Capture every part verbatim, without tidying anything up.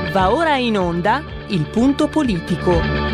Va ora in onda Il Punto Politico.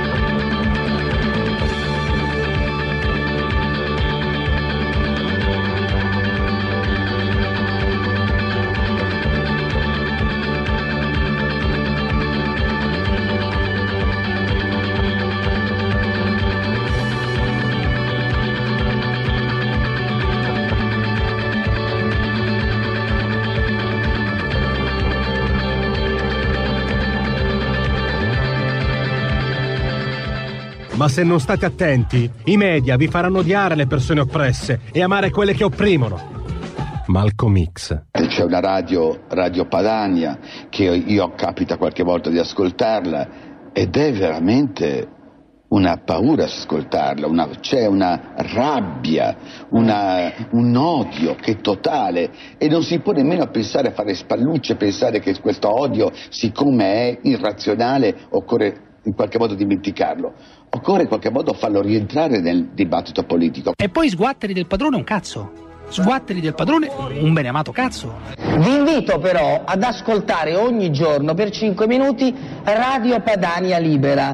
Ma se non state attenti, i media vi faranno odiare le persone oppresse e amare quelle che opprimono. Malcolm X. C'è una radio, Radio Padania, che io capita qualche volta di ascoltarla ed è veramente una paura ascoltarla, una, c'è una rabbia, una, un odio che è totale e non si può nemmeno pensare a fare spallucce, pensare che questo odio, siccome è irrazionale, occorre in qualche modo dimenticarlo. Occorre in qualche modo farlo rientrare nel dibattito politico. E poi sguatteri del padrone un cazzo. Sguatteri del padrone un beneamato cazzo. Vi invito però ad ascoltare ogni giorno per cinque minuti Radio Padania Libera.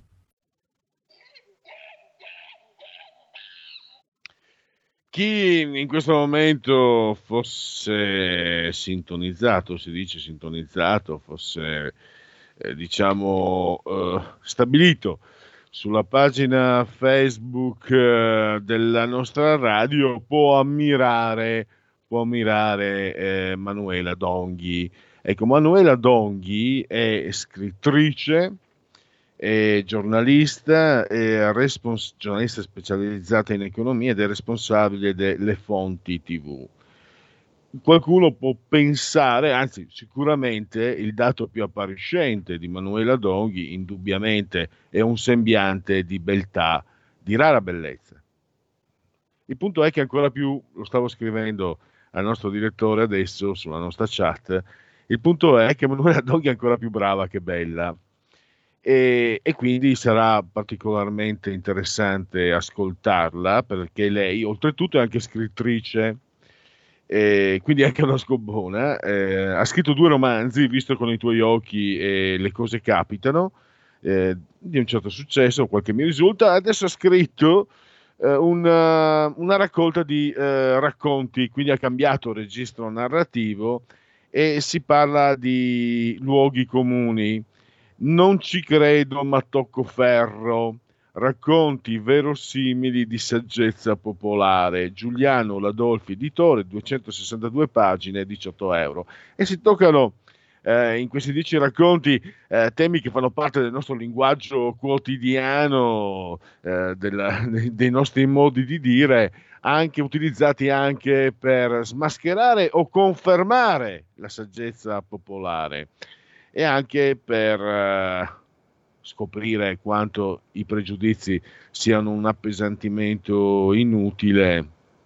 Chi in questo momento fosse sintonizzato, si dice sintonizzato, fosse eh, diciamo eh, stabilito sulla pagina Facebook eh, della nostra radio, può ammirare, può ammirare eh, Manuela Donghi. Ecco, Manuela Donghi è scrittrice, è giornalista, è respons- giornalista specializzata in economia ed è responsabile delle fonti tivù. Qualcuno può pensare, anzi sicuramente il dato più appariscente di Manuela Donghi indubbiamente è un sembiante di beltà, di rara bellezza. Il punto è che ancora più, lo stavo scrivendo al nostro direttore adesso sulla nostra chat, il punto è che Manuela Donghi è ancora più brava che bella e, e quindi sarà particolarmente interessante ascoltarla, perché lei oltretutto è anche scrittrice. E quindi anche una scobbona, eh, ha scritto due romanzi, Visto con i tuoi occhi e Le cose capitano, eh, di un certo successo, quel che mi risulta. Adesso ha scritto eh, una, una raccolta di eh, racconti, quindi ha cambiato registro narrativo e si parla di luoghi comuni. Non ci credo ma tocco ferro. Racconti verosimili di saggezza popolare, Giuliano Ladolfi, editore, duecentosessantadue pagine, diciotto euro. E si toccano eh, in questi dieci racconti eh, temi che fanno parte del nostro linguaggio quotidiano, eh, della, dei nostri modi di dire, anche utilizzati anche per smascherare o confermare la saggezza popolare e anche per Eh, scoprire quanto i pregiudizi siano un appesantimento inutile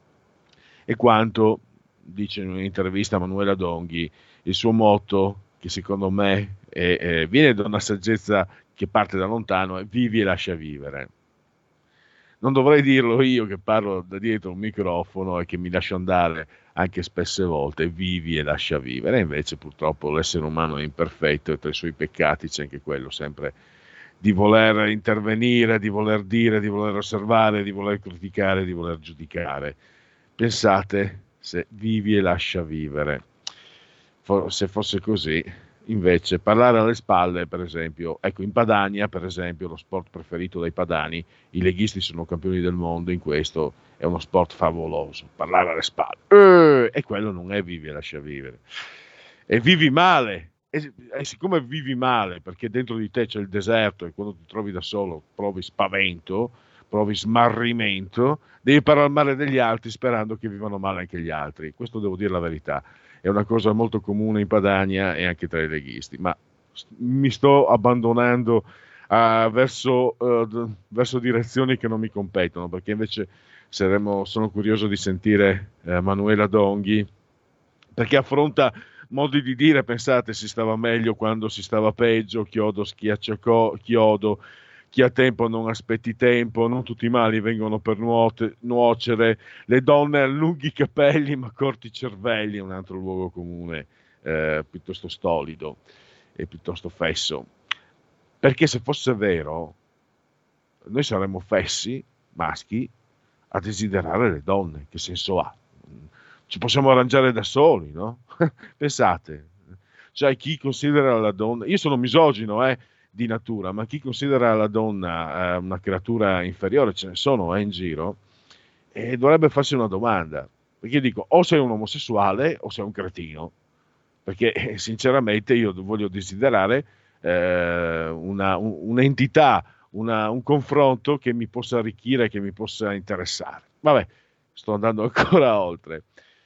e quanto, dice in un'intervista a Manuela Donghi, il suo motto, che secondo me è, è, viene da una saggezza che parte da lontano, è vivi e lascia vivere. Non dovrei dirlo io che parlo da dietro un microfono e che mi lascio andare anche spesse volte, vivi e lascia vivere, invece purtroppo l'essere umano è imperfetto e tra i suoi peccati c'è anche quello sempre di voler intervenire, di voler dire, di voler osservare, di voler criticare, di voler giudicare. Pensate se vivi e lascia vivere. For- se fosse così, invece, parlare alle spalle, per esempio, ecco, in Padania, per esempio, lo sport preferito dai padani, i leghisti sono campioni del mondo in questo, è uno sport favoloso, parlare alle spalle. Eh, e quello non è vivi e lascia vivere. E vivi male. E, e siccome vivi male perché dentro di te c'è il deserto e quando ti trovi da solo provi spavento, provi smarrimento, devi parlare male degli altri sperando che vivano male anche gli altri. Questo devo dire la verità, è una cosa molto comune in Padania e anche tra i leghisti, ma mi sto abbandonando uh, verso, uh, verso direzioni che non mi competono, perché invece saremo, sono curioso di sentire uh, Manuela Donghi, perché affronta modi di dire, pensate, si stava meglio quando si stava peggio, chiodo schiaccia co- chiodo, chi ha tempo non aspetti tempo, non tutti i mali vengono per nuote, nuocere, le donne hanno lunghi capelli ma corti cervelli, è un altro luogo comune eh, piuttosto stolido. è piuttosto fesso, perché se fosse vero noi saremmo fessi, maschi, a desiderare le donne. Che senso ha? Ci possiamo arrangiare da soli, no? Pensate, cioè chi considera la donna, io sono misogino eh, di natura, ma chi considera la donna eh, una creatura inferiore, ce ne sono eh, in giro, e dovrebbe farsi una domanda, perché io dico o sei un omosessuale o sei un cretino, perché eh, sinceramente io voglio desiderare eh, una, un, un'entità, una, un confronto che mi possa arricchire, che mi possa interessare. Vabbè, sto andando ancora oltre.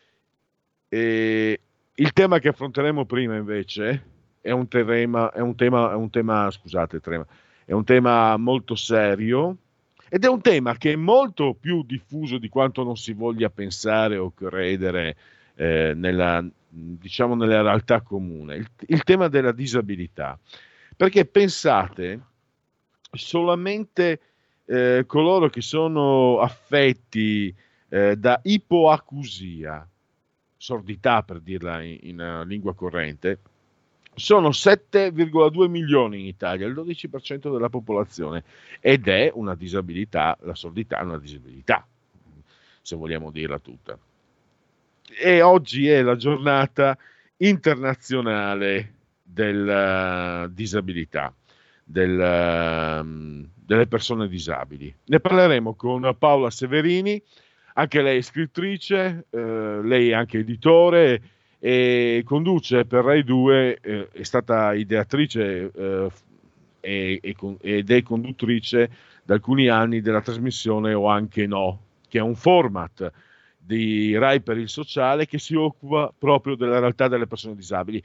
E il tema che affronteremo prima invece è un tema, è un tema, è un tema, scusate, tema, è un tema molto serio, ed è un tema che è molto più diffuso di quanto non si voglia pensare o credere eh, nella, diciamo, nella realtà comune. Il, il tema della disabilità. Perché pensate, solamente eh, coloro che sono affetti eh, da ipoacusia, sordità per dirla in, in uh, lingua corrente, sono sette virgola due milioni in Italia, il dodici per cento della popolazione, ed è una disabilità, la sordità è una disabilità, se vogliamo dirla tutta. E oggi è la giornata internazionale della disabilità, del, um, delle persone disabili. Ne parleremo con Paola Severini, anche lei è scrittrice, eh, lei è anche editore e conduce per Rai due, eh, è stata ideatrice eh, e, e, ed è conduttrice da alcuni anni della trasmissione O Anche No, che è un format di Rai per il sociale che si occupa proprio della realtà delle persone disabili.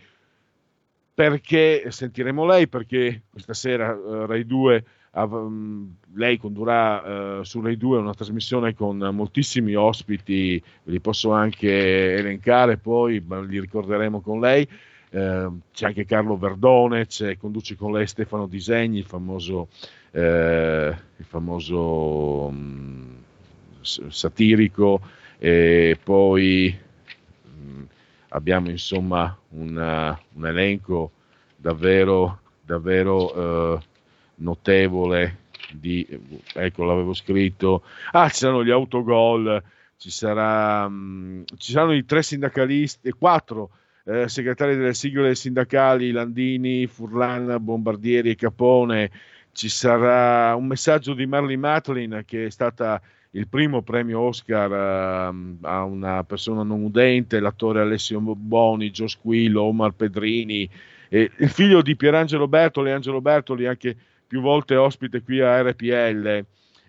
Perché sentiremo lei? Perché questa sera uh, Rai due, uh, lei condurrà uh, su Rai due una trasmissione con moltissimi ospiti, ve li posso anche elencare, poi ma li ricorderemo con lei. Uh, c'è anche Carlo Verdone, c'è, conduce con lei Stefano Disegni, il famoso, uh, il famoso um, satirico, e poi abbiamo insomma una, un elenco davvero, davvero eh, notevole di, ecco, l'avevo scritto, ah, ci saranno gli autogol, ci sarà mh, ci saranno i tre sindacalisti, quattro eh, segretari delle sigle sindacali, Landini, Furlan, Bombardieri e Capone, ci sarà un messaggio di Marley Matlin, che è stata il primo premio Oscar uh, a una persona non udente, l'attore Alessio Boni, Gio Squillo, Omar Pedrini, e il figlio di Pierangelo Bertoli, Angelo Bertoli, anche più volte ospite qui a R P L,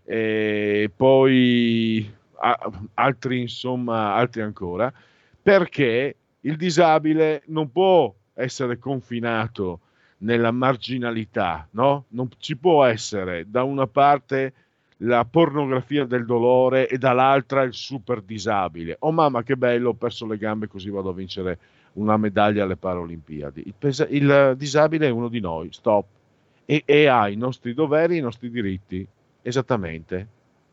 e poi a, altri, insomma, altri ancora, perché il disabile non può essere confinato nella marginalità, no? Non ci può essere da una parte la pornografia del dolore e dall'altra il super disabile. Oh mamma che bello, ho perso le gambe così vado a vincere una medaglia alle Paralimpiadi. Il, pesa- il disabile è uno di noi, stop, e, e ha i nostri doveri e i nostri diritti, esattamente.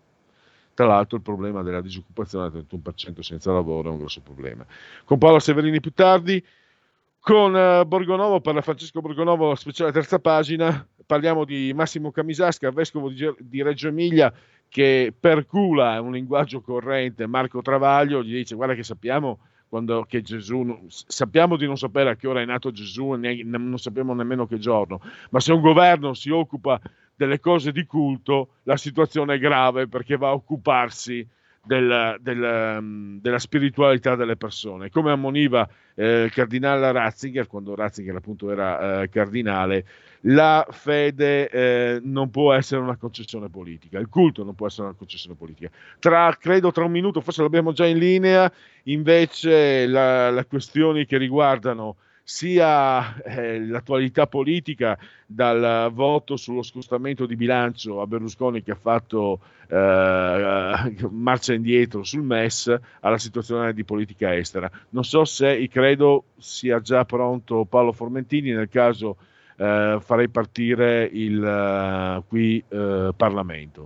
Tra l'altro il problema della disoccupazione del trentuno per cento senza lavoro è un grosso problema. Con Paolo Severini più tardi, con uh, Borgonovo, parla Francesco Borgonovo, speciale terza pagina. Parliamo di Massimo Camisasca, vescovo di, di Reggio Emilia, che percula un linguaggio corrente Marco Travaglio, gli dice: guarda che sappiamo quando, che Gesù, sappiamo di non sapere a che ora è nato Gesù, ne, non sappiamo nemmeno che giorno, ma se un governo si occupa delle cose di culto, la situazione è grave, perché va a occuparsi Del, del, della spiritualità delle persone, come ammoniva eh, il cardinale Ratzinger, quando Ratzinger appunto era eh, cardinale. La fede eh, non può essere una concessione politica, il culto non può essere una concessione politica. Tra, credo tra un minuto, forse l'abbiamo già in linea, invece la, le questioni che riguardano sia eh, l'attualità politica, dal voto sullo scostamento di bilancio a Berlusconi, che ha fatto eh, marcia indietro sul M E S, alla situazione di politica estera. Non so se, credo sia già pronto Paolo Formentini, nel caso eh, farei partire il uh, qui uh, Parlamento.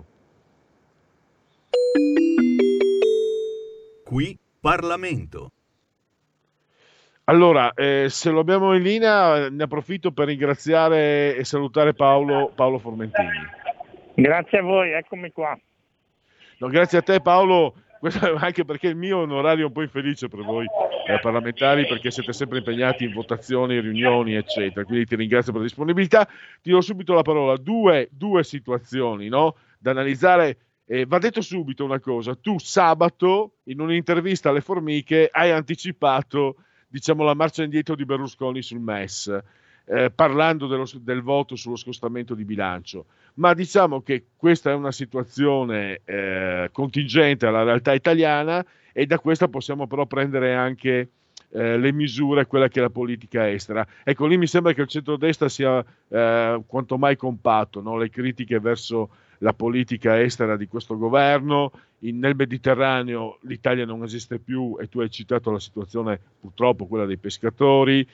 Qui Parlamento. Allora, eh, se lo abbiamo in linea, ne approfitto per ringraziare e salutare Paolo, Paolo Formentini. Grazie a voi, eccomi qua. No, grazie a te Paolo, questo anche perché il mio è un orario un po' infelice per voi eh, parlamentari, perché siete sempre impegnati in votazioni, riunioni, eccetera. Quindi ti ringrazio per la disponibilità. Ti do subito la parola. Due, due situazioni, no? Da analizzare. Eh, va detto subito una cosa: tu sabato in un'intervista alle Formiche hai anticipato, diciamo, la marcia indietro di Berlusconi sul M E S, eh, parlando dello, del voto sullo scostamento di bilancio. Ma diciamo che questa è una situazione eh, contingente alla realtà italiana, e da questa possiamo però prendere anche eh, le misure, quella che è la politica estera. Ecco, lì mi sembra che il centrodestra sia eh, quanto mai compatto, no? Le critiche verso la politica estera di questo governo. In, nel Mediterraneo l'Italia non esiste più, e tu hai citato la situazione purtroppo quella dei pescatori,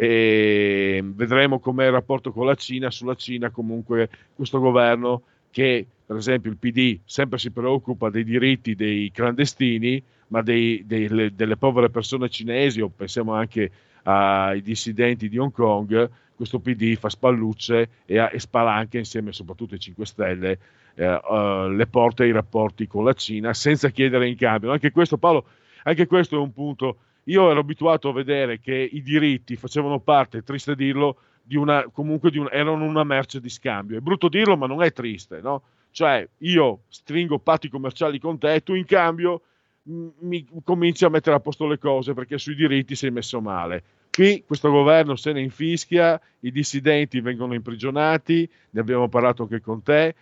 e vedremo com'è il rapporto con la Cina. Sulla Cina comunque questo governo, che per esempio il P D sempre si preoccupa dei diritti dei clandestini, ma dei, dei, le, delle povere persone cinesi, o pensiamo anche ai dissidenti di Hong Kong, questo P D fa spallucce e, e spalanca insieme soprattutto ai cinque Stelle eh, uh, le porte ai rapporti con la Cina senza chiedere in cambio. Anche questo, Paolo, anche questo è un punto. Io ero abituato a vedere che i diritti facevano parte, è triste dirlo, di una, comunque di un, erano una merce di scambio. È brutto dirlo, ma non è triste, no? Cioè, io stringo patti commerciali con te e tu in cambio mh, mi cominci a mettere a posto le cose, perché sui diritti sei messo male. Qui questo governo se ne infischia, i dissidenti vengono imprigionati, ne abbiamo parlato anche con te,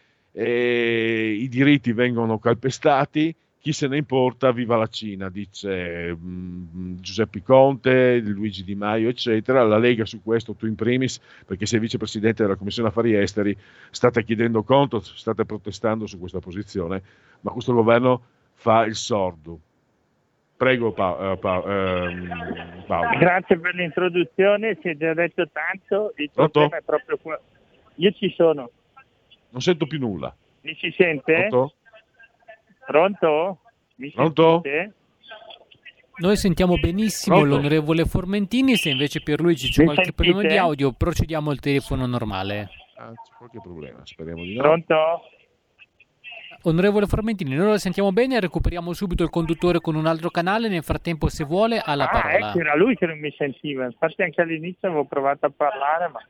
e i diritti vengono calpestati. Chi se ne importa, viva la Cina, dice mh, Giuseppe Conte, Luigi Di Maio, eccetera. La Lega su questo, tu in primis, perché sei vicepresidente della Commissione Affari Esteri, state chiedendo conto, state protestando su questa posizione, ma questo governo fa il sordo. Prego pa- pa- ehm, Paolo. Grazie per l'introduzione, si è già detto tanto, il Pronto? problema è proprio qua. Io ci sono. Non sento più nulla. Mi si sente? Pronto? Pronto? Mi Pronto? sentite? Noi sentiamo benissimo Pronto? l'onorevole Formentini. Se invece per lui c'è Mi qualche sentite? problema di audio, procediamo al telefono normale. Ah, c'è qualche problema, speriamo di no. Pronto? Onorevole Formentini, noi lo sentiamo bene, recuperiamo subito il conduttore con un altro canale. Nel frattempo, se vuole, ha la ah, parola. ecco, era lui che non mi sentiva. Infatti anche all'inizio avevo provato a parlare, ma...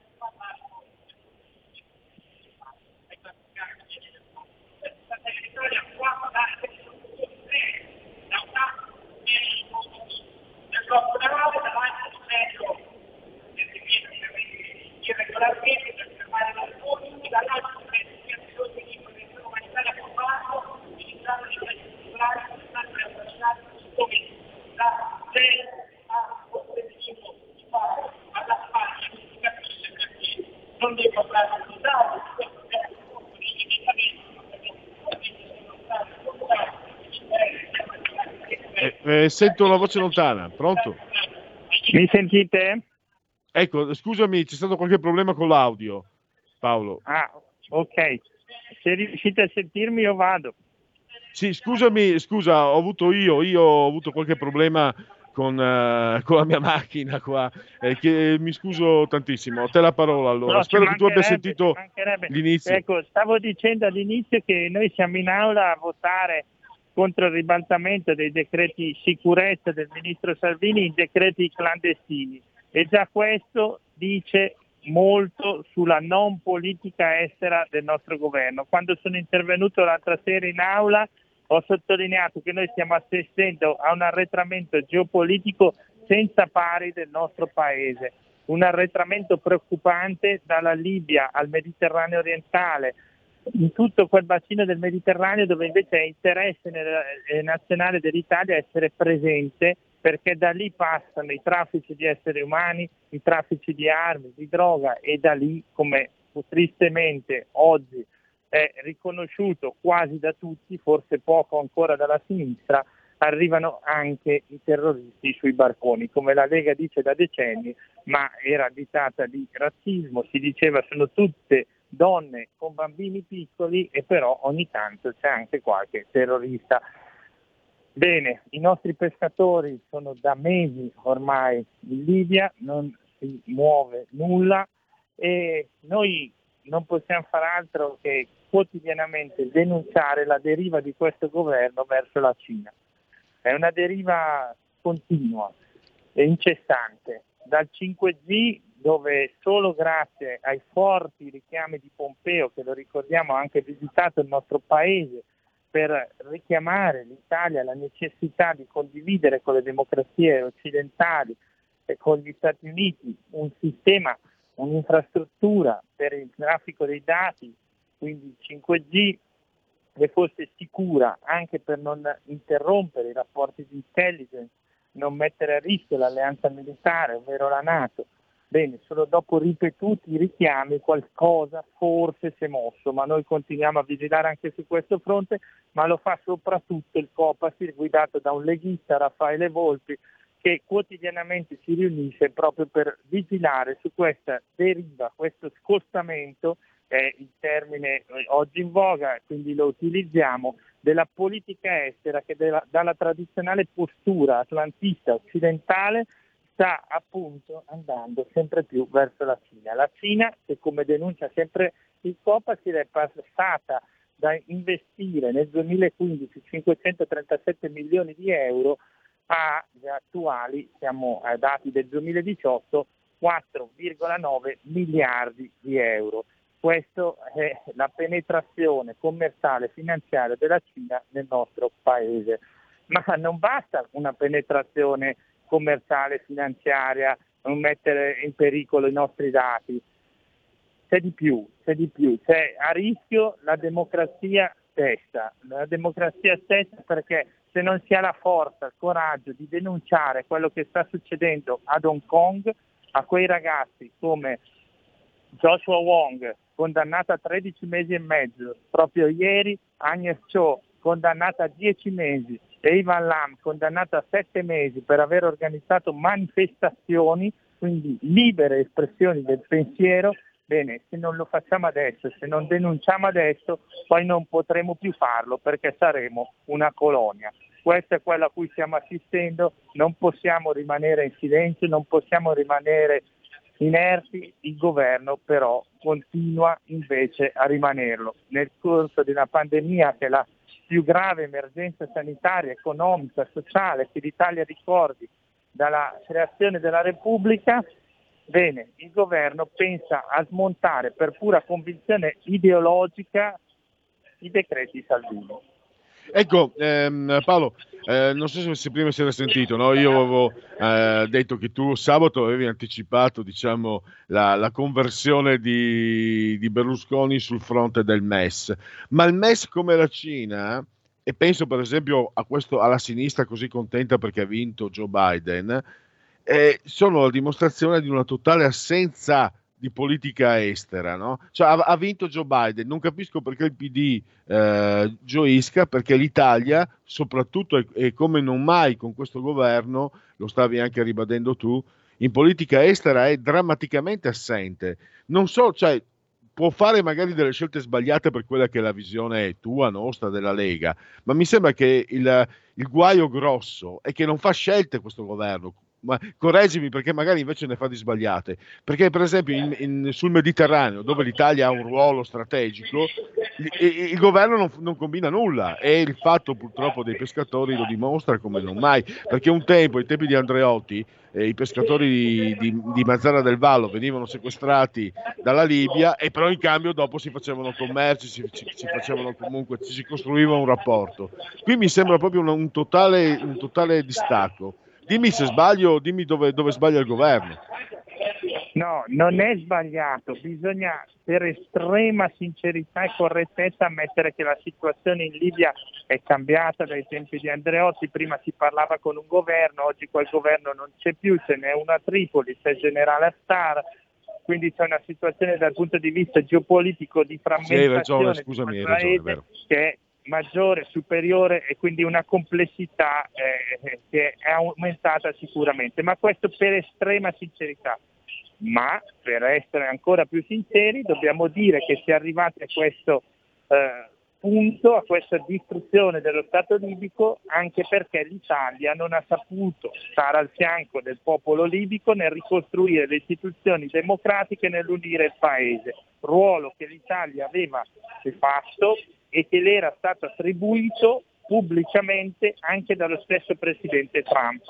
Eh, eh, sento una voce lontana, pronto? Mi sentite? Ecco, scusami, c'è stato qualche problema con l'audio, Paolo. Ah, ok. Se riuscite a sentirmi io vado. Sì, scusami, scusa, ho avuto io, io ho avuto qualche problema con, uh, con la mia macchina qua, eh, che, mi scuso tantissimo. A te la parola allora. No, Spero che tu abbia sentito l'inizio. Ecco, stavo dicendo all'inizio che noi siamo in aula a votare contro il ribaltamento dei decreti sicurezza del ministro Salvini in decreti clandestini, e già questo dice molto sulla non politica estera del nostro governo. Quando sono intervenuto l'altra sera in aula ho sottolineato che noi stiamo assistendo a un arretramento geopolitico senza pari del nostro paese, un arretramento preoccupante dalla Libia al Mediterraneo orientale, in tutto quel bacino del Mediterraneo dove invece è interesse nazionale dell'Italia essere presente, perché da lì passano i traffici di esseri umani, i traffici di armi, di droga, e da lì, come tristemente oggi è riconosciuto quasi da tutti, forse poco ancora dalla sinistra, arrivano anche i terroristi sui barconi, come la Lega dice da decenni, ma era additata di razzismo, si diceva sono tutte donne con bambini piccoli, e però ogni tanto c'è anche qualche terrorista. Bene, i nostri pescatori sono da mesi ormai in Libia, non si muove nulla e noi non possiamo far altro che quotidianamente denunciare la deriva di questo governo verso la Cina. È una deriva continua e incessante. Dal cinque G, dove solo grazie ai forti richiami di Pompeo, che lo ricordiamo ha anche visitato il nostro paese, per richiamare l'Italia alla necessità di condividere con le democrazie occidentali e con gli Stati Uniti un sistema, un'infrastruttura per il traffico dei dati, quindi cinque G, che fosse sicura anche per non interrompere i rapporti di intelligence, non mettere a rischio l'alleanza militare, ovvero la NATO. Bene, solo dopo ripetuti richiami qualcosa forse si è mosso, ma noi continuiamo a vigilare anche su questo fronte, ma lo fa soprattutto il Copasir guidato da un leghista, Raffaele Volpi, che quotidianamente si riunisce proprio per vigilare su questa deriva, questo scostamento, è il termine oggi in voga, quindi lo utilizziamo, della politica estera che della, dalla tradizionale postura atlantista occidentale sta appunto andando sempre più verso la Cina. La Cina, che come denuncia sempre il Copasir, è passata da investire nel duemilaquindici cinquecentotrentasette milioni di euro agli attuali, siamo ai dati del duemiladiciotto, quattro virgola nove miliardi di euro. Questa è la penetrazione commerciale e finanziaria della Cina nel nostro paese. Ma non basta una penetrazione commerciale e finanziaria, non mettere in pericolo i nostri dati. C'è di più, c'è di più, c'è a rischio la democrazia stessa, la democrazia stessa perché se non si ha la forza, il coraggio di denunciare quello che sta succedendo ad Hong Kong, a quei ragazzi come Joshua Wong, condannata a tredici mesi e mezzo, proprio ieri Agnes Cho, condannata a dieci mesi, e Ivan Lam, condannato a sette mesi per aver organizzato manifestazioni, quindi libere espressioni del pensiero. Bene, se non lo facciamo adesso, se non denunciamo adesso, poi non potremo più farlo perché saremo una colonia. Questo è quello a cui stiamo assistendo, non possiamo rimanere in silenzio, non possiamo rimanere inerti, il governo però continua invece a rimanerlo. Nel corso di una pandemia che è la più grave emergenza sanitaria, economica, sociale che l'Italia ricordi dalla creazione della Repubblica, bene, il governo pensa a smontare per pura convinzione ideologica i decreti Salvini. Ecco, ehm, Paolo, eh, non so se prima si era sentito, no? Io avevo eh, detto che tu sabato avevi anticipato, diciamo, la, la conversione di, di Berlusconi sul fronte del M E S, ma il M E S come la Cina, e penso per esempio a questo, alla sinistra così contenta perché ha vinto Joe Biden, eh, sono la dimostrazione di una totale assenza di politica estera, no? Cioè, ha, ha vinto Joe Biden, non capisco perché il P D eh, gioisca, perché l'Italia, soprattutto e, e come non mai con questo governo, lo stavi anche ribadendo tu, in politica estera è drammaticamente assente. Non so, cioè, può fare magari delle scelte sbagliate per quella che è la visione tua, nostra, della Lega, ma mi sembra che il, il guaio grosso è che non fa scelte questo governo. Ma correggimi perché magari invece ne fa di sbagliate, perché per esempio in, in, sul Mediterraneo, dove l'Italia ha un ruolo strategico, il, il governo non, non combina nulla, e il fatto purtroppo dei pescatori lo dimostra come non mai, perché un tempo, ai tempi di Andreotti, eh, i pescatori di, di, di Mazzara del Vallo venivano sequestrati dalla Libia, e però in cambio dopo si facevano commerci, si, si, si facevano comunque, si costruiva un rapporto. Qui mi sembra proprio un, un, totale, un totale distacco. Dimmi se sbaglio, dimmi dove, dove sbaglia il governo. No, non è sbagliato, bisogna per estrema sincerità e correttezza ammettere che la situazione in Libia è cambiata dai tempi di Andreotti. Prima si parlava con un governo, oggi quel governo non c'è più, ce n'è uno a Tripoli, c'è il generale Haftar, quindi c'è una situazione dal punto di vista geopolitico di frammentazione. Sì, hai ragione, scusami, hai ragione, è vero. Che è maggiore, superiore, e quindi una complessità eh, che è aumentata sicuramente, ma questo per estrema sincerità. Ma per essere ancora più sinceri dobbiamo dire che si è arrivati a questo eh, punto a questa distruzione dello Stato libico, anche perché l'Italia non ha saputo stare al fianco del popolo libico nel ricostruire le istituzioni democratiche, nell'unire il paese, ruolo che l'Italia aveva fatto e che le era stato attribuito pubblicamente anche dallo stesso presidente Trump.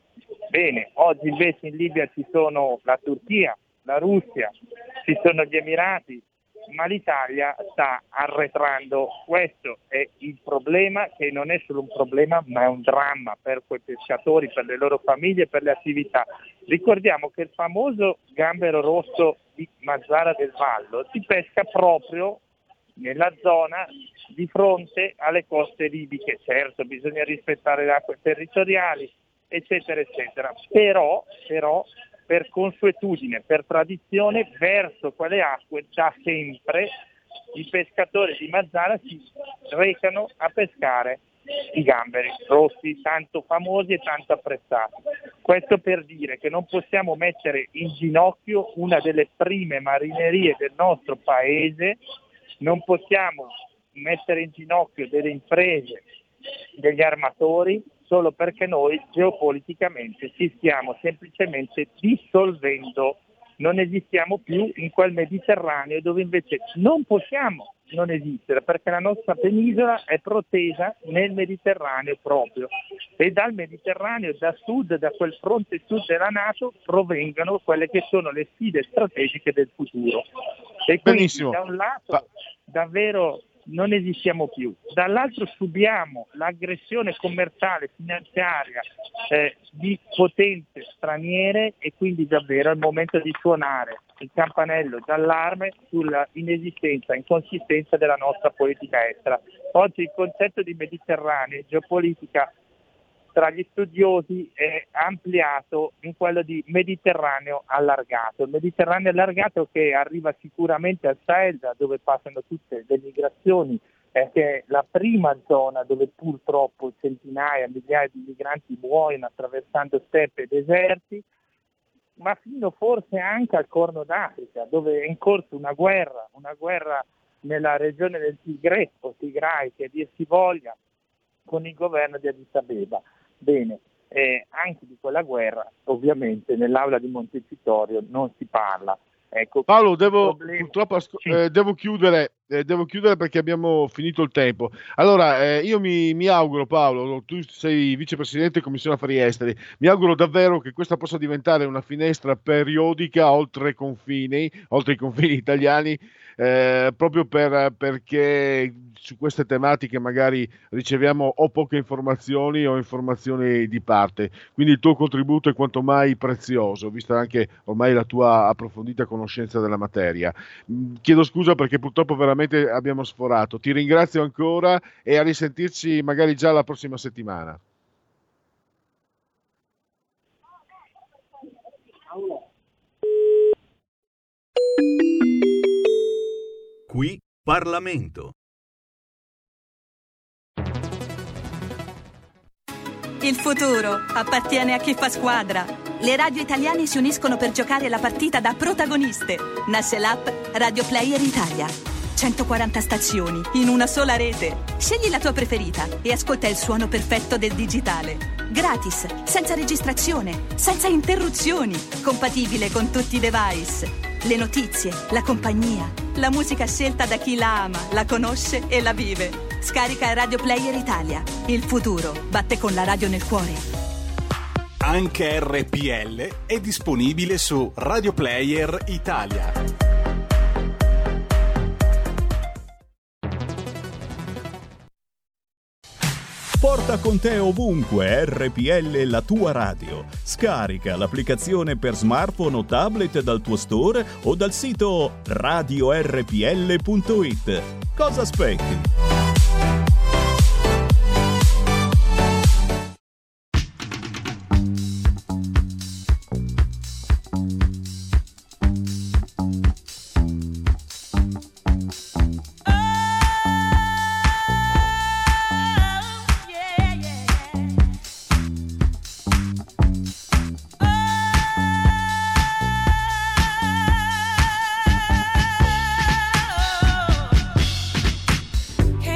Bene, oggi invece in Libia ci sono la Turchia, la Russia, ci sono gli Emirati, ma l'Italia sta arretrando. Questo è il problema, che non è solo un problema ma è un dramma per quei pescatori, per le loro famiglie, per le attività. Ricordiamo che il famoso gambero rosso di Mazara del Vallo si pesca proprio nella zona di fronte alle coste libiche. Certo, bisogna rispettare le acque territoriali, eccetera, eccetera. Però, però per consuetudine, per tradizione, verso quelle acque da sempre i pescatori di Mazara si recano a pescare i gamberi rossi, tanto famosi e tanto apprezzati. Questo per dire che non possiamo mettere in ginocchio una delle prime marinerie del nostro paese, non possiamo mettere in ginocchio delle imprese, degli armatori, solo perché noi geopoliticamente ci stiamo semplicemente dissolvendo, non esistiamo più in quel Mediterraneo dove invece non possiamo non esistere, perché la nostra penisola è protesa nel Mediterraneo proprio, e dal Mediterraneo, da sud, da quel fronte sud della NATO, provengono quelle che sono le sfide strategiche del futuro. E quindi Benissimo. Da un lato davvero non esistiamo più, dall'altro subiamo l'aggressione commerciale, finanziaria eh, di potenze straniere, e quindi davvero è il momento di suonare il campanello d'allarme sulla inesistenza, inconsistenza della nostra politica estera. Oggi il concetto di Mediterraneo, geopolitica tra gli studiosi, è ampliato in quello di Mediterraneo allargato. Il Mediterraneo allargato che arriva sicuramente al Sahel, da dove passano tutte le migrazioni, eh, che è la prima zona dove purtroppo centinaia, migliaia di migranti muoiono attraversando steppe e deserti, ma fino forse anche al Corno d'Africa, dove è in corso una guerra, una guerra nella regione del Tigre o Tigray, che dir si voglia, con il governo di Addis Abeba. Bene, eh, anche di quella guerra ovviamente nell'aula di Montecitorio non si parla. Ecco, Paolo, devo, problema... purtroppo asco- sì. eh, devo chiudere, eh, devo chiudere perché abbiamo finito il tempo. Allora, eh, io mi, mi auguro, Paolo, tu sei vicepresidente della Commissione Affari Esteri, mi auguro davvero che questa possa diventare una finestra periodica oltre i confini, oltre i confini italiani, eh, proprio per, perché su queste tematiche magari riceviamo o poche informazioni o informazioni di parte. Quindi il tuo contributo è quanto mai prezioso, vista anche ormai la tua approfondita conoscenza della materia. Chiedo scusa perché purtroppo veramente abbiamo sforato. Ti ringrazio ancora e a risentirci magari già la prossima settimana. Qui Parlamento. Il futuro appartiene a chi fa squadra. Le radio italiane si uniscono per giocare la partita da protagoniste. Nasce l'app Radio Player Italia. centoquaranta stazioni in una sola rete. Scegli la tua preferita e ascolta il suono perfetto del digitale. Gratis, senza registrazione, senza interruzioni. Compatibile con tutti i device. Le notizie, la compagnia, la musica scelta da chi la ama, la conosce e la vive. Scarica Radio Player Italia. Il futuro batte con la radio nel cuore. Anche R P L è disponibile su Radio Player Italia. Porta con te ovunque R P L, la tua radio. Scarica l'applicazione per smartphone o tablet dal tuo store o dal sito radio r p l punto i t. Cosa aspetti? Hey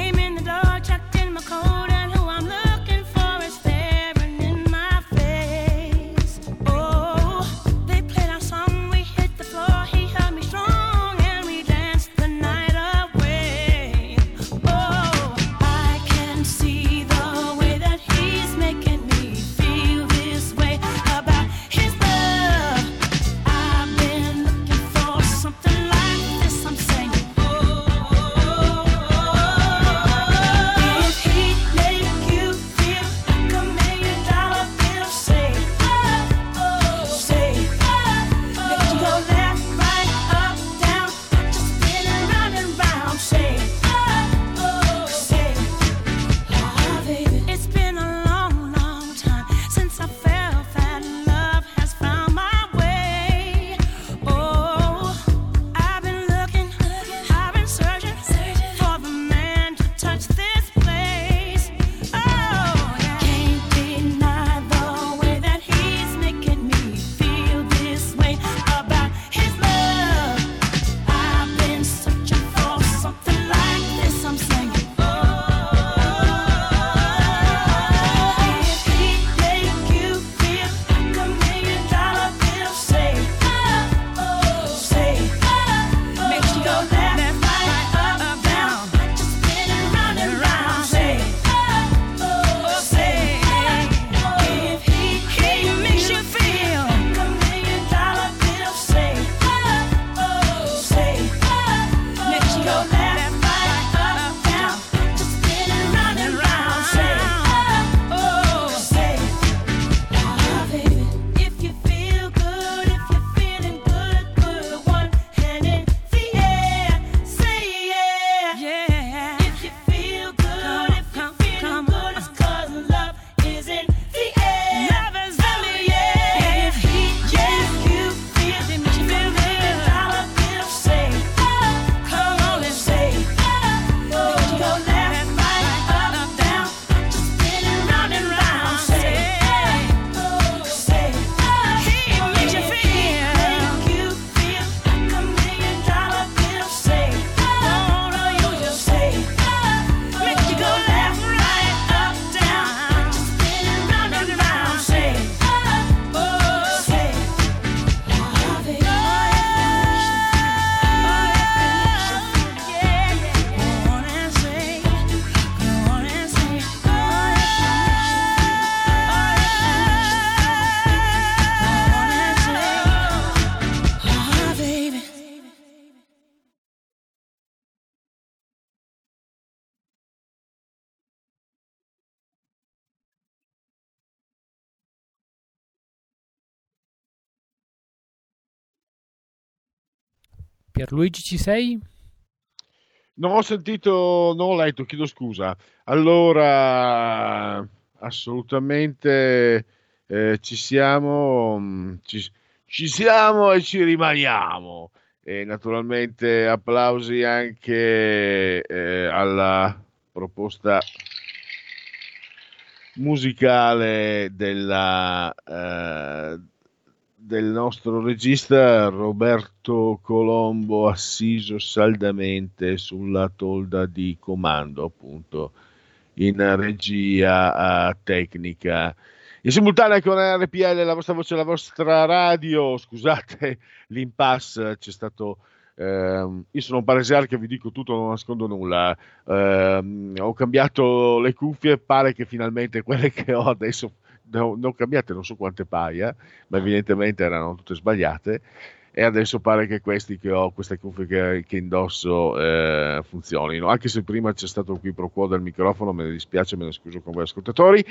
Pierluigi, ci sei? Non ho sentito, non ho letto, chiedo scusa. Allora, assolutamente eh, ci siamo, ci, ci siamo e ci rimaniamo. E naturalmente applausi anche eh, alla proposta musicale della, eh, del nostro regista Roberto Colombo, assiso saldamente sulla tolda di comando, appunto in regia uh, tecnica. In simultanea con R P L, la vostra voce, la vostra radio. Scusate l'impasse, c'è stato. Uh, io sono un paresiano che vi dico tutto, non nascondo nulla. Uh, ho cambiato le cuffie, pare che finalmente quelle che ho adesso non ho cambiate non so quante paia, ma evidentemente erano tutte sbagliate, e adesso pare che questi che ho, queste cuffie che, che indosso eh, funzionino, anche se prima c'è stato qui pro quo del microfono, me ne dispiace, me ne scuso con voi ascoltatori.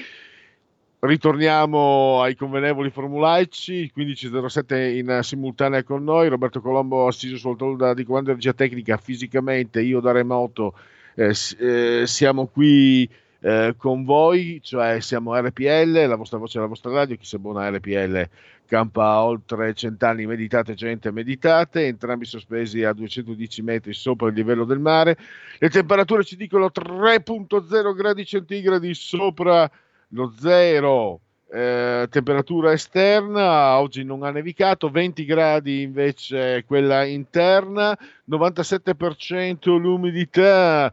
Ritorniamo ai convenevoli formulaici, quindici zero sette in simultanea con noi, Roberto Colombo assiso sul tolda di comando di regia tecnica fisicamente, io da remoto eh, eh, siamo qui Eh, con voi, cioè siamo R P L, la vostra voce, la vostra radio. Chi si abbona a R P L campa oltre cent'anni. Meditate gente, meditate, entrambi sospesi a duecentodieci metri sopra il livello del mare. Le temperature ci dicono tre virgola zero gradi centigradi sopra lo zero. Eh, temperatura esterna, oggi non ha nevicato, venti gradi invece quella interna, novantasette per cento l'umidità,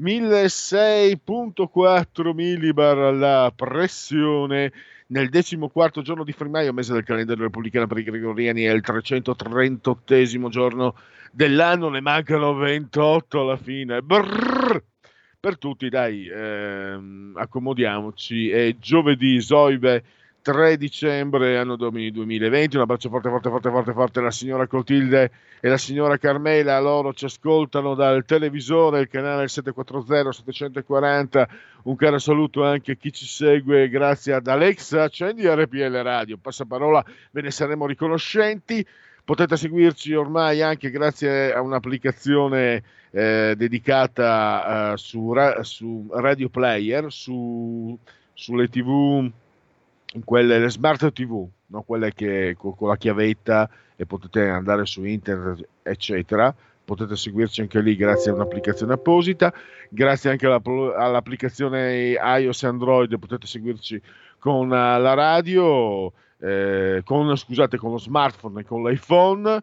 milleseicento virgola quattro millibar la pressione. Nel decimoquarto giorno di febbraio, mese del calendario repubblicano per i gregoriani, è il trecentotrentaottesimo giorno dell'anno, ne mancano ventotto alla fine. Brrr! Per tutti, dai, ehm, accomodiamoci. È giovedì, Zoibe, tre dicembre, anno domini duemilaventi. Un abbraccio forte, forte, forte, forte, forte alla signora Clotilde e la signora Carmela. Loro ci ascoltano dal televisore, il canale settecentoquaranta settecentoquaranta. Un caro saluto anche a chi ci segue grazie ad Alexa. Accendi R P L Radio, passaparola, ve ne saremo riconoscenti. Potete seguirci ormai anche grazie a un'applicazione eh, dedicata uh, su, ra- su Radio Player, su, sulle tivù, quelle, le smart tivù, no? Quelle che con, con la chiavetta, e potete andare su internet, eccetera. Potete seguirci anche lì grazie a un'applicazione apposita. Grazie anche alla, all'applicazione iOS e Android potete seguirci con uh, la radio. Eh, con, scusate, con lo smartphone e con l'iPhone.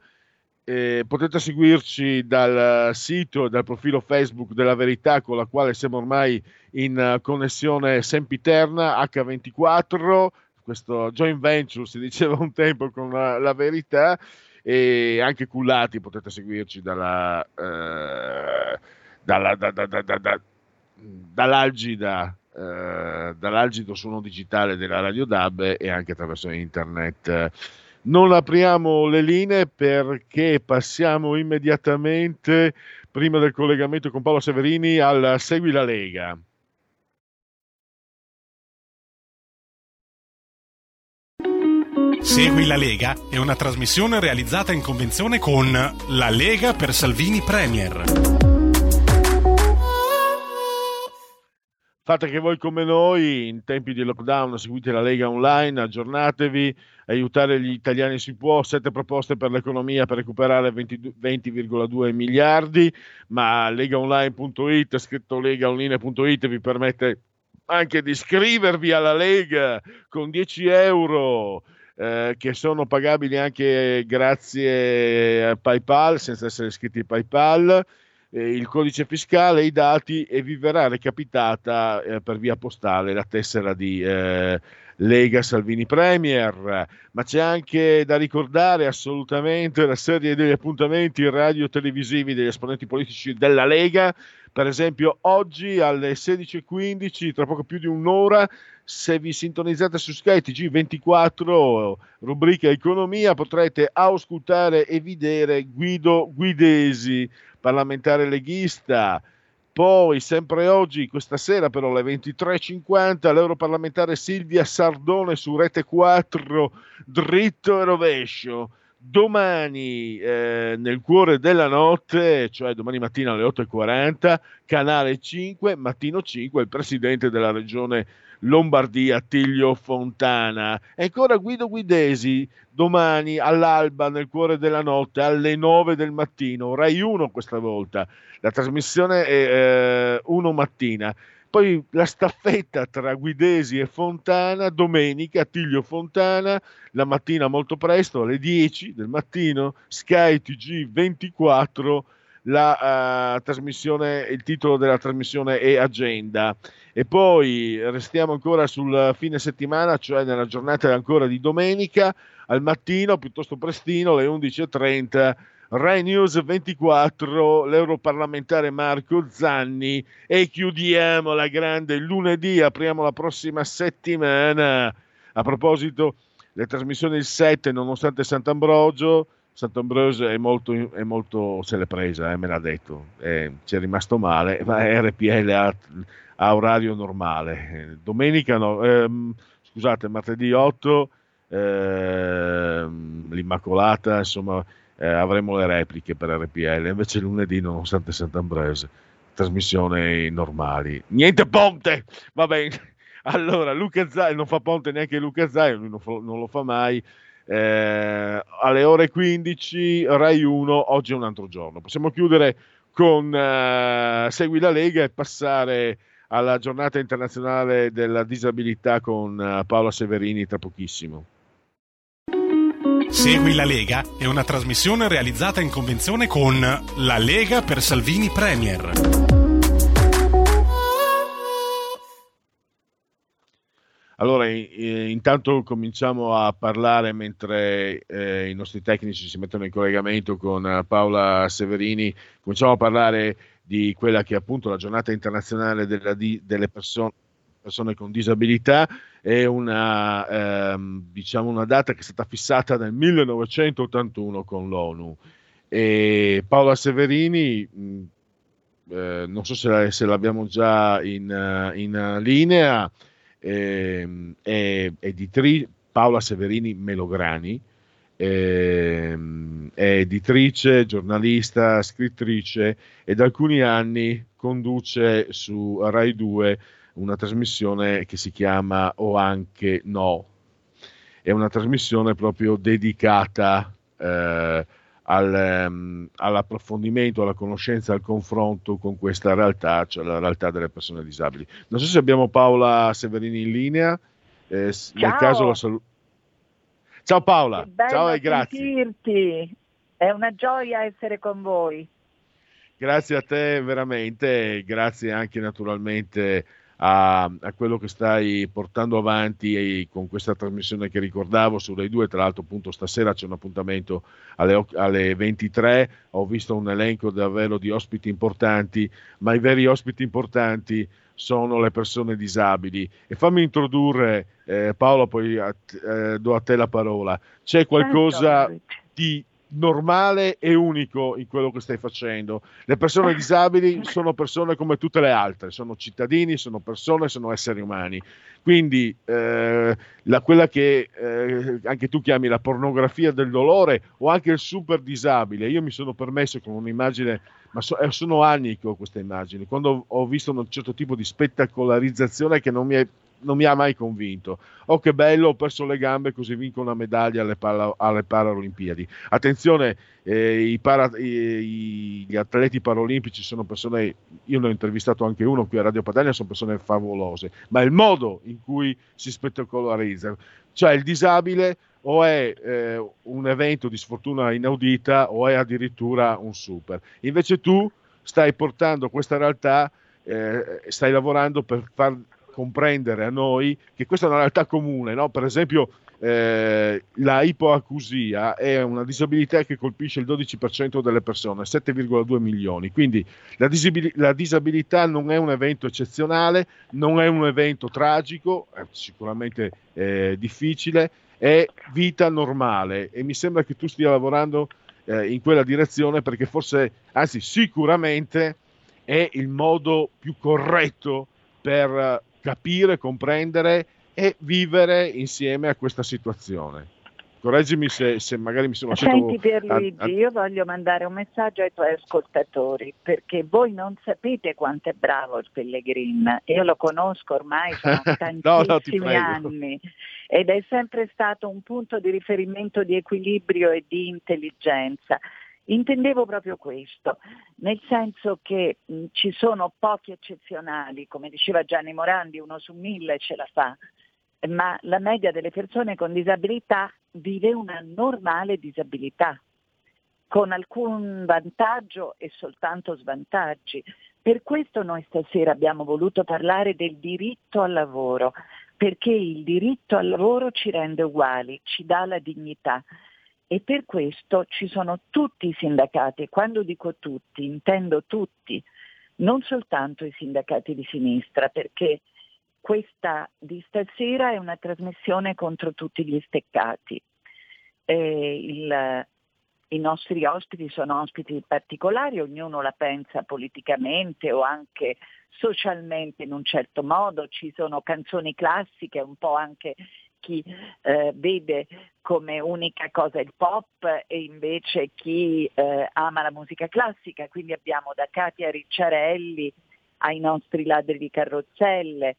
Eh, potete seguirci dal sito e dal profilo Facebook della Verità, con la quale siamo ormai in connessione sempiterna, acca ventiquattro, questo joint venture si diceva un tempo con la, la Verità, e anche cullati potete seguirci dalla, eh, dalla, da, da, da, da, da, dall'algida Uh, dall'algido suono digitale della Radio D A B e anche attraverso internet. Non apriamo le linee perché passiamo immediatamente, prima del collegamento con Paolo Severini, al Segui la Lega. Segui la Lega è una trasmissione realizzata in convenzione con La Lega per Salvini Premier. Fate che voi come noi, in tempi di lockdown, seguite la Lega online, aggiornatevi, aiutare gli italiani si può, sette proposte per l'economia per recuperare venti virgola due miliardi, ma legaonline punto it, scritto legaonline punto it, vi permette anche di iscrivervi alla Lega con dieci euro, eh, che sono pagabili anche grazie a PayPal, senza essere iscritti a PayPal. Eh, il codice fiscale, i dati, e vi verrà recapitata eh, per via postale la tessera di eh, Lega Salvini Premier. Ma c'è anche da ricordare assolutamente la serie degli appuntamenti radio-televisivi degli esponenti politici della Lega. Per esempio oggi alle sedici e quindici, tra poco più di un'ora, se vi sintonizzate su Sky T G ventiquattro, rubrica Economia, potrete auscultare e vedere Guido Guidesi, parlamentare leghista. Poi sempre oggi, questa sera però alle ventitré e cinquanta, l'europarlamentare Silvia Sardone su Rete quattro, dritto e rovescio. Domani eh, nel cuore della notte, cioè domani mattina alle otto e quaranta, Canale cinque, Mattino cinque, il presidente della regione Lombardia Attilio Fontana. E ancora Guido Guidesi domani all'alba nel cuore della notte alle nove del mattino, Rai uno questa volta, la trasmissione è eh, uno mattina. Poi la staffetta tra Guidesi e Fontana, domenica Attilio Fontana, la mattina molto presto, alle dieci del mattino, Sky T G ventiquattro, la uh, trasmissione, il titolo della trasmissione è Agenda. E poi restiamo ancora sul fine settimana, cioè nella giornata ancora di domenica, al mattino, piuttosto prestino, alle undici e trenta, Rai News ventiquattro, l'europarlamentare Marco Zanni, e chiudiamo la grande lunedì, apriamo la prossima settimana. A proposito, le trasmissioni il sette, nonostante Sant'Ambrogio, Sant'Ambrogio è molto, è molto se l'è presa, eh, me l'ha detto, eh, ci è rimasto male, ma R P L ha, ha orario normale. Eh, domenica no, ehm, scusate, martedì otto, ehm, l'Immacolata, insomma, Eh, avremo le repliche per R P L, invece lunedì nonostante Sant'Ambrogio trasmissioni normali, niente ponte, va bene. Allora Luca Zaia, non fa ponte neanche Luca Zaia, lui non, fa, non lo fa mai, eh, alle ore quindici Rai uno, oggi è un altro giorno. Possiamo chiudere con uh, Segui la Lega e passare alla giornata internazionale della disabilità con uh, Paola Severini tra pochissimo. Segui la Lega è una trasmissione realizzata in convenzione con La Lega per Salvini Premier. Allora, eh, intanto cominciamo a parlare mentre eh, i nostri tecnici si mettono in collegamento con uh, Paola Severini. Cominciamo a parlare di quella che è appunto la giornata internazionale della di, delle persone, persone con disabilità. È una, ehm, diciamo una data che è stata fissata nel millenovecentottantuno con l'ONU. E Paola Severini, mh, eh, non so se, la, se l'abbiamo già in, uh, in linea, eh, è editrice, Paola Severini Melograni, eh, è editrice, giornalista, scrittrice, e da alcuni anni conduce su Rai due una trasmissione che si chiama O anche no. È una trasmissione proprio dedicata eh, al, um, all'approfondimento, alla conoscenza, al confronto con questa realtà, cioè la realtà delle persone disabili. Non so se abbiamo Paola Severini in linea, eh, nel caso la saluto. Ciao Paola, ciao e grazie. Sentirti. È una gioia essere con voi. Grazie a te veramente, grazie anche naturalmente A, a quello che stai portando avanti e con questa trasmissione che ricordavo su Rai due. Tra l'altro appunto stasera c'è un appuntamento alle, alle ventitré, ho visto un elenco davvero di ospiti importanti, ma i veri ospiti importanti sono le persone disabili. E fammi introdurre, eh, Paola, poi a, eh, do a te la parola. C'è qualcosa di normale e unico in quello che stai facendo. Le persone disabili sono persone come tutte le altre, sono cittadini, sono persone, sono esseri umani. Quindi eh, la, quella che eh, anche tu chiami la pornografia del dolore, o anche il super disabile, io mi sono permesso con un'immagine, ma so, sono anni che ho queste immagini, quando ho visto un certo tipo di spettacolarizzazione che non mi è non mi ha mai convinto. Oh che bello, ho perso le gambe, così vinco una medaglia alle, pala, alle Paralimpiadi. Attenzione, eh, i para, i, gli atleti paralimpici sono persone, io ne ho intervistato anche uno qui a Radio Padania, sono persone favolose, ma il modo in cui si spettacolarizza, cioè il disabile o è eh, un evento di sfortuna inaudita o è addirittura un super. Invece tu stai portando questa realtà, eh, stai lavorando per far comprendere a noi che questa è una realtà comune, no? Per esempio eh, la ipoacusia è una disabilità che colpisce il dodici per cento delle persone, sette virgola due milioni, quindi la, disabil- la disabilità non è un evento eccezionale, non è un evento tragico, è sicuramente eh, difficile, è vita normale, e mi sembra che tu stia lavorando eh, in quella direzione, perché forse, anzi sicuramente è il modo più corretto per capire, comprendere e vivere insieme a questa situazione. correggimi se, se magari mi sono lasciato... Senti Pierluigi, a, a... io voglio mandare un messaggio ai tuoi ascoltatori, perché voi non sapete quanto è bravo il Pellegrin. Io lo conosco ormai sono tantissimi no, no, anni ed è sempre stato un punto di riferimento di equilibrio e di intelligenza. Intendevo proprio questo, nel senso che mh, ci sono pochi eccezionali, come diceva Gianni Morandi, uno su mille ce la fa, ma la media delle persone con disabilità vive una normale disabilità, con alcun vantaggio e soltanto svantaggi. Per questo noi stasera abbiamo voluto parlare del diritto al lavoro, perché il diritto al lavoro ci rende uguali, ci dà la dignità. E per questo ci sono tutti i sindacati, e quando dico tutti, intendo tutti, non soltanto i sindacati di sinistra, perché questa di stasera è una trasmissione contro tutti gli steccati. Eh, il, I nostri ospiti sono ospiti particolari, ognuno la pensa politicamente o anche socialmente in un certo modo, ci sono canzoni classiche, un po' anche chi eh, vede come unica cosa il pop e invece chi eh, ama la musica classica, quindi abbiamo da Katia Ricciarelli ai nostri ladri di carrozzelle,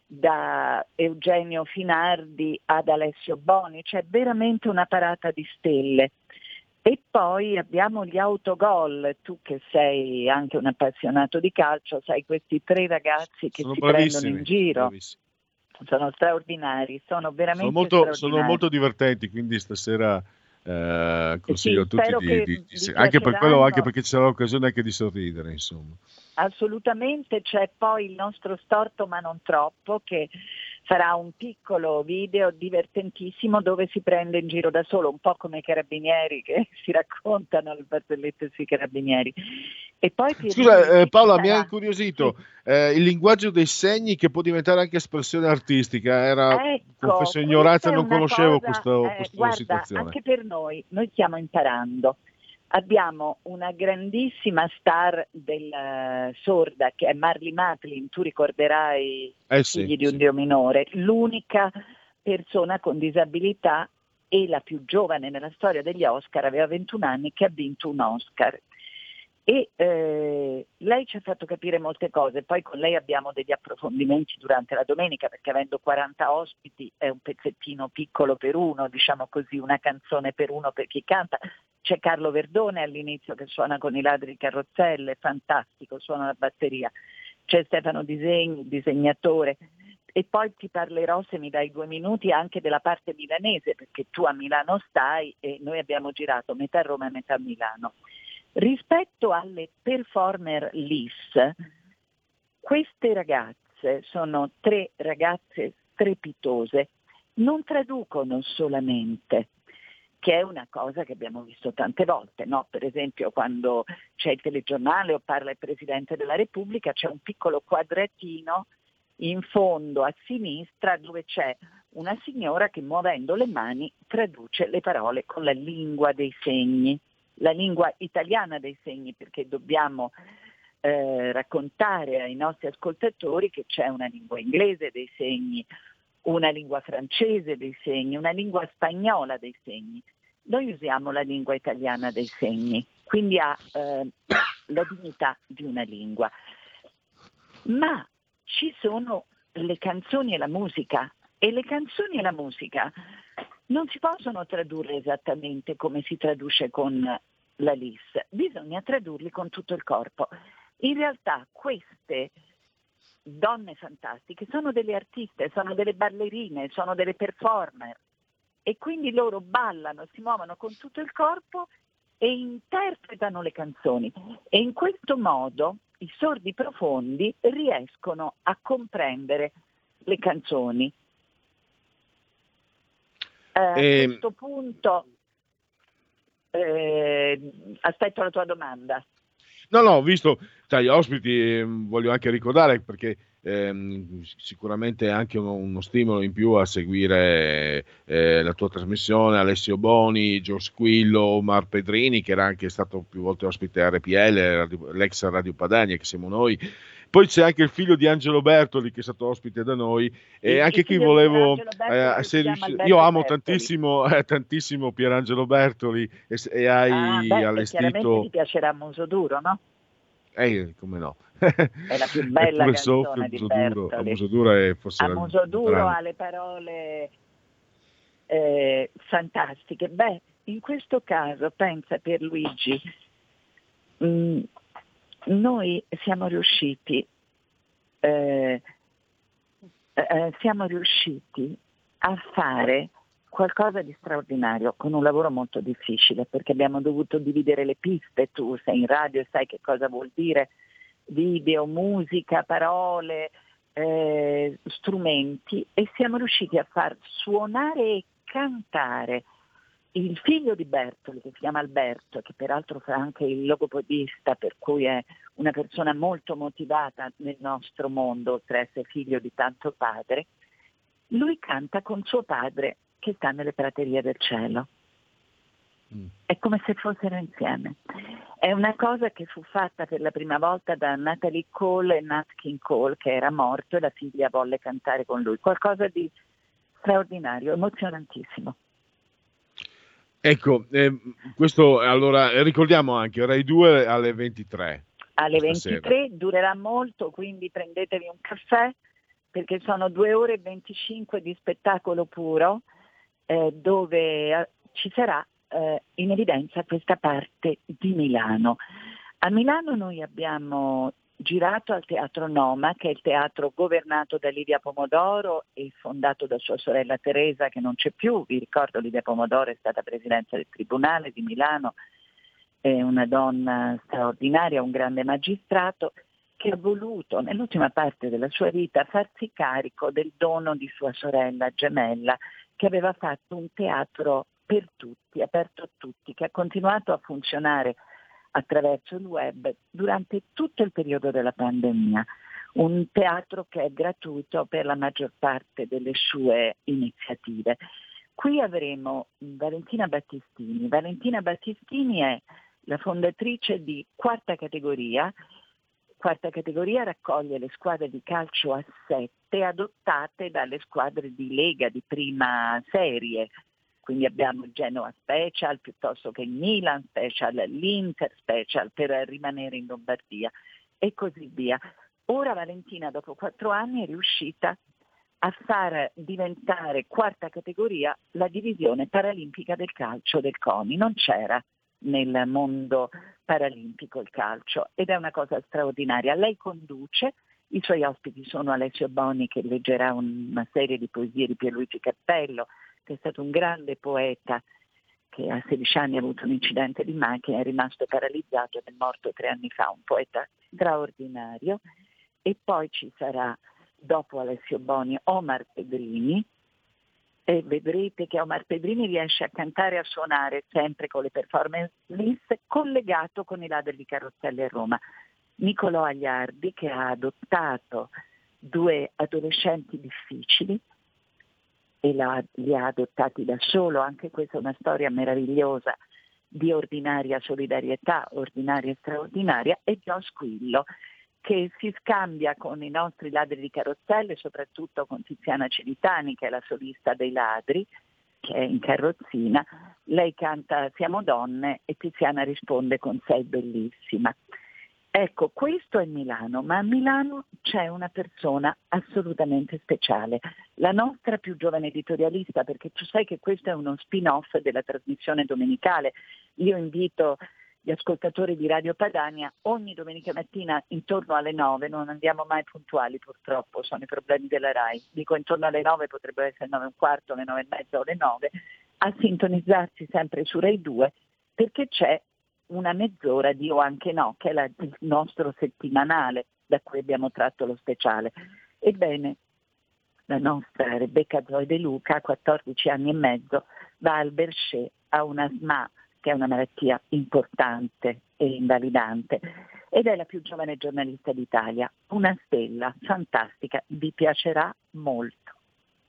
da Eugenio Finardi ad Alessio Boni, c'è veramente una parata di stelle. E poi abbiamo gli autogol, tu che sei anche un appassionato di calcio, sai questi tre ragazzi che sono si bravissimi, prendono in giro. Bravissimi. Sono straordinari, sono veramente sono molto, straordinari. sono molto divertenti, quindi stasera eh, consiglio sì, a tutti di, di, di, anche per quello, anche perché ci sarà l'occasione anche di sorridere, insomma. Assolutamente, c'è poi il nostro Storto ma non troppo, che farà un piccolo video divertentissimo dove si prende in giro da solo, un po' come i carabinieri che si raccontano le barzellette sui carabinieri. E poi Scusa eh, Paola, mi ha incuriosito sì. eh, il linguaggio dei segni, che può diventare anche espressione artistica. Era, ecco, confesso ignoranza, non conoscevo cosa, questo, eh, questa guarda, situazione. Anche per noi, noi stiamo imparando. Abbiamo una grandissima star del uh, sorda che è Marley Matlin, tu ricorderai eh, Figli sì, di un sì. Dio minore, l'unica persona con disabilità e la più giovane nella storia degli Oscar, aveva ventuno anni, che ha vinto un Oscar. E eh, lei ci ha fatto capire molte cose, poi con lei abbiamo degli approfondimenti durante la domenica, perché avendo quaranta ospiti è un pezzettino piccolo per uno, diciamo così, una canzone per uno per chi canta. C'è Carlo Verdone all'inizio che suona con i ladri di carrozzelle, fantastico, suona la batteria. C'è Stefano Disegni, disegnatore. E poi ti parlerò, se mi dai due minuti, anche della parte milanese, perché tu a Milano stai e noi abbiamo girato metà Roma e metà Milano. Rispetto alle performer L I S, queste ragazze sono tre ragazze strepitose, non traducono solamente, che è una cosa che abbiamo visto tante volte, no? Per esempio quando c'è il telegiornale o parla il Presidente della Repubblica, c'è un piccolo quadratino in fondo a sinistra dove c'è una signora che muovendo le mani traduce le parole con la lingua dei segni. La lingua italiana dei segni, perché dobbiamo eh, raccontare ai nostri ascoltatori che c'è una lingua inglese dei segni, una lingua francese dei segni, una lingua spagnola dei segni. Noi usiamo la lingua italiana dei segni, quindi ha eh, la dignità di una lingua. Ma ci sono le canzoni e la musica, e le canzoni e la musica non si possono tradurre esattamente come si traduce con la L I S, bisogna tradurli con tutto il corpo. In realtà queste donne fantastiche sono delle artiste, sono delle ballerine, sono delle performer e quindi loro ballano, si muovono con tutto il corpo e interpretano le canzoni e in questo modo i sordi profondi riescono a comprendere le canzoni. Eh, a E... questo punto eh, aspetto la tua domanda. No, no, ho visto tra gli ospiti, eh, voglio anche ricordare, perché ehm, sicuramente è anche uno, uno stimolo in più a seguire eh, la tua trasmissione, Alessio Boni, Gio Squillo, Omar Pedrini, che era anche stato più volte ospite a R P L, Radio, l'ex Radio Padania, che siamo noi, Poi c'è anche il figlio di Angelo Bertoli che è stato ospite da noi e il, anche qui volevo eh, se riusci- io amo Bertoli. tantissimo eh, tantissimo Pierangelo Bertoli e, e hai ah, beh, allestito chiaramente ti piacerà Muso Duro, no? Eh, come no? È la più bella canzone Soffio, di Muso Bertoli. Duro, a Muso Duro è forse a Muso Duro ha le parole eh, fantastiche. Beh, in questo caso pensa Pierluigi, mh, noi siamo riusciti eh, eh, siamo riusciti a fare qualcosa di straordinario con un lavoro molto difficile, perché abbiamo dovuto dividere le piste. Tu sei in radio e sai che cosa vuol dire video, musica, parole, eh, strumenti, e siamo riusciti a far suonare e cantare il figlio di Bertoli, che si chiama Alberto, che peraltro fa anche il logopedista, per cui è una persona molto motivata nel nostro mondo, oltre a essere figlio di tanto padre. Lui canta con suo padre che sta nelle praterie del cielo. Mm. È come se fossero insieme. È una cosa che fu fatta per la prima volta da Natalie Cole e Nat King Cole, che era morto, e la figlia volle cantare con lui. Qualcosa di straordinario, emozionantissimo. Ecco, eh, questo allora ricordiamo anche Rai due alle ventitré. Alle ventitré sera. Durerà molto, quindi prendetevi un caffè, perché sono due ore e venticinque di spettacolo puro, eh, dove eh, ci sarà eh, in evidenza questa parte di Milano. A Milano noi abbiamo girato al Teatro Noma, che è il teatro governato da Livia Pomodoro e fondato da sua sorella Teresa, che non c'è più. Vi ricordo, Livia Pomodoro è stata presidente del Tribunale di Milano, è una donna straordinaria, un grande magistrato, che ha voluto nell'ultima parte della sua vita farsi carico del dono di sua sorella gemella, che aveva fatto un teatro per tutti, aperto a tutti, che ha continuato a funzionare attraverso il web durante tutto il periodo della pandemia. Un teatro che è gratuito per la maggior parte delle sue iniziative. Qui avremo Valentina Battistini. Valentina Battistini è la fondatrice di Quarta Categoria. Quarta Categoria raccoglie le squadre di calcio a sette adottate dalle squadre di Lega di prima serie. Quindi abbiamo il Genoa Special piuttosto che il Milan Special, l'Inter Special, per rimanere in Lombardia e così via. Ora Valentina, dopo quattro anni, è riuscita a far diventare Quarta Categoria la divisione paralimpica del calcio del CONI. Non c'era nel mondo paralimpico il calcio ed è una cosa straordinaria. Lei conduce, i suoi ospiti sono Alessio Boni, che leggerà una serie di poesie di Pierluigi Cappello, che è stato un grande poeta che a sedici anni ha avuto un incidente di macchina, è rimasto paralizzato ed è morto tre anni fa, un poeta straordinario. E poi ci sarà, dopo Alessio Boni, Omar Pedrini, e vedrete che Omar Pedrini riesce a cantare e a suonare sempre con le performance list, collegato con i Ladri di Carrozzelle a Roma. Nicolò Agliardi, che ha adottato due adolescenti difficili e la, li ha adottati da solo, anche questa è una storia meravigliosa di ordinaria solidarietà, ordinaria e straordinaria, e Gio Squillo, che si scambia con i nostri Ladri di Carrozzelle, soprattutto con Tiziana Celitani, che è la solista dei Ladri, che è in carrozzina. Lei canta Siamo donne e Tiziana risponde con Sei bellissima. Ecco, questo è Milano, ma a Milano c'è una persona assolutamente speciale, la nostra più giovane editorialista, perché tu sai che questo è uno spin-off della trasmissione domenicale. Io invito gli ascoltatori di Radio Padania ogni domenica mattina intorno alle nove, non andiamo mai puntuali purtroppo, sono i problemi della RAI, dico intorno alle nove, potrebbero essere nove e un quarto, le nove e mezza o le nove, a sintonizzarsi sempre su Rai due, perché c'è una mezz'ora di O Anche No, che è la, il nostro settimanale da cui abbiamo tratto lo speciale. Ebbene, la nostra Rebecca Zoe De Luca, a quattordici anni e mezzo, va al Bercé, ha una S M A, che è una malattia importante e invalidante, ed è la più giovane giornalista d'Italia, una stella fantastica, vi piacerà molto.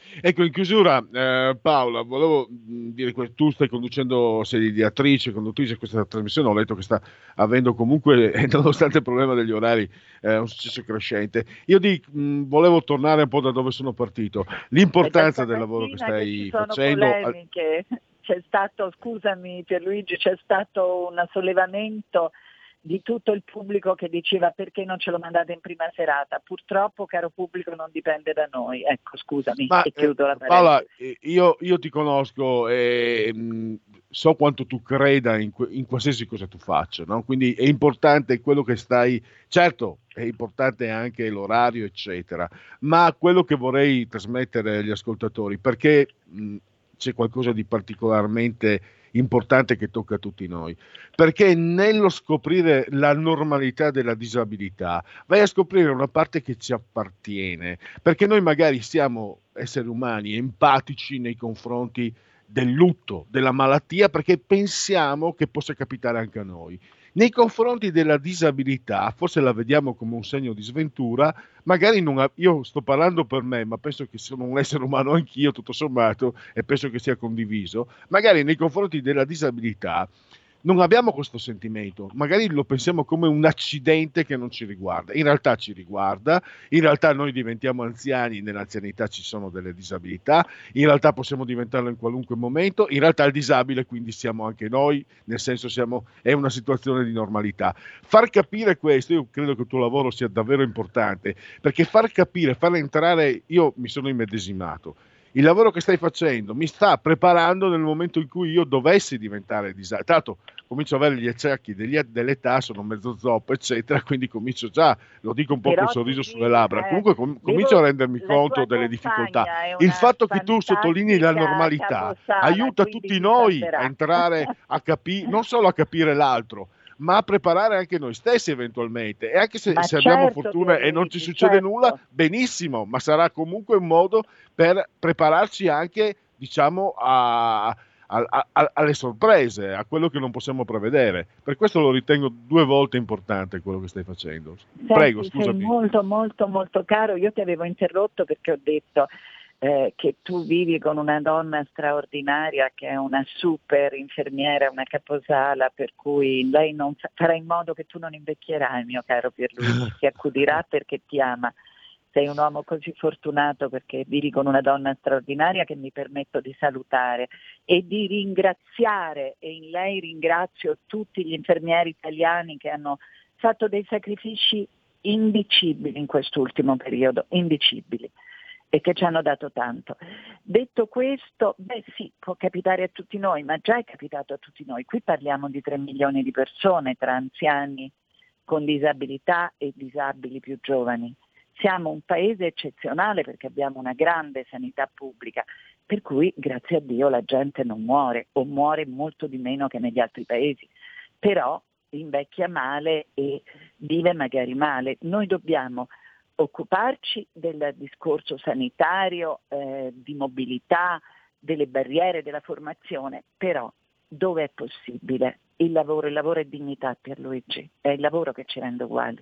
Ecco, in chiusura, eh, Paola, volevo mh, dire che tu stai conducendo, sei ideatrice, conduttrice questa trasmissione, ho letto che sta avendo comunque, nonostante il problema degli orari, eh, un successo crescente. Io di, mh, volevo tornare un po' da dove sono partito, l'importanza del lavoro che stai che ci sono facendo. Polemiche. C'è stato, scusami Pierluigi, c'è stato un sollevamento di tutto il pubblico che diceva perché non ce lo mandate in prima serata. Purtroppo, caro pubblico, non dipende da noi. Ecco, scusami, Ma, e chiudo la parentesi. Paola, io, io ti conosco e mh, so quanto tu creda in, in qualsiasi cosa tu faccia, no? Quindi è importante quello che stai, certo è importante anche l'orario eccetera, ma quello che vorrei trasmettere agli ascoltatori, perché mh, c'è qualcosa di particolarmente importante che tocca a tutti noi, perché nello scoprire la normalità della disabilità vai a scoprire una parte che ci appartiene, perché noi magari siamo esseri umani empatici nei confronti del lutto, della malattia, perché pensiamo che possa capitare anche a noi. Nei confronti della disabilità forse la vediamo come un segno di sventura, magari non ha, io sto parlando per me, ma penso che sono un essere umano anch'io tutto sommato e penso che sia condiviso, magari nei confronti della disabilità non abbiamo questo sentimento, magari lo pensiamo come un accidente che non ci riguarda, in realtà ci riguarda, in realtà noi diventiamo anziani, nell'anzianità ci sono delle disabilità, in realtà possiamo diventarlo in qualunque momento, in realtà il disabile quindi siamo anche noi, nel senso siamo, è una situazione di normalità. Far capire questo, io credo che il tuo lavoro sia davvero importante, perché far capire, far entrare, io mi sono immedesimato, il lavoro che stai facendo mi sta preparando nel momento in cui io dovessi diventare disabile. Tanto comincio ad avere gli acciacchi degli, dell'età, sono mezzo zoppo, eccetera, quindi comincio già, lo dico un po' Però col sorriso sì, sulle labbra, eh, comunque com- comincio devo, a rendermi conto delle difficoltà. Il fatto che tu sottolinei la normalità aiuta tutti noi a entrare a capire, non solo a capire l'altro, ma a preparare anche noi stessi eventualmente, e anche se, se certo, abbiamo fortuna e non ci succede certo. nulla, benissimo, ma sarà comunque un modo per prepararci anche, diciamo, a, a, a, alle sorprese, a quello che non possiamo prevedere. Per questo lo ritengo due volte importante quello che stai facendo. Senti, Prego, scusami. Sei molto, molto, molto caro. Io ti avevo interrotto perché ho detto Eh, che tu vivi con una donna straordinaria che è una super infermiera, una caposala, per cui lei non fa- farà in modo che tu non invecchierai, mio caro Pierluigi, ti accudirà perché ti ama. Sei un uomo così fortunato perché vivi con una donna straordinaria che mi permetto di salutare e di ringraziare, e in lei ringrazio tutti gli infermieri italiani che hanno fatto dei sacrifici indicibili in quest'ultimo periodo, indicibili, e che ci hanno dato tanto. Detto questo, beh sì, può capitare a tutti noi, ma già è capitato a tutti noi. Qui parliamo di tre milioni di persone, tra anziani con disabilità e disabili più giovani. Siamo un paese eccezionale perché abbiamo una grande sanità pubblica, per cui grazie a Dio la gente non muore, o muore molto di meno che negli altri paesi, però invecchia male e vive magari male. Noi dobbiamo occuparci del discorso sanitario, eh, di mobilità, delle barriere, della formazione, però dove è possibile il lavoro, il lavoro è dignità, Pierluigi, è il lavoro che ci rende uguali.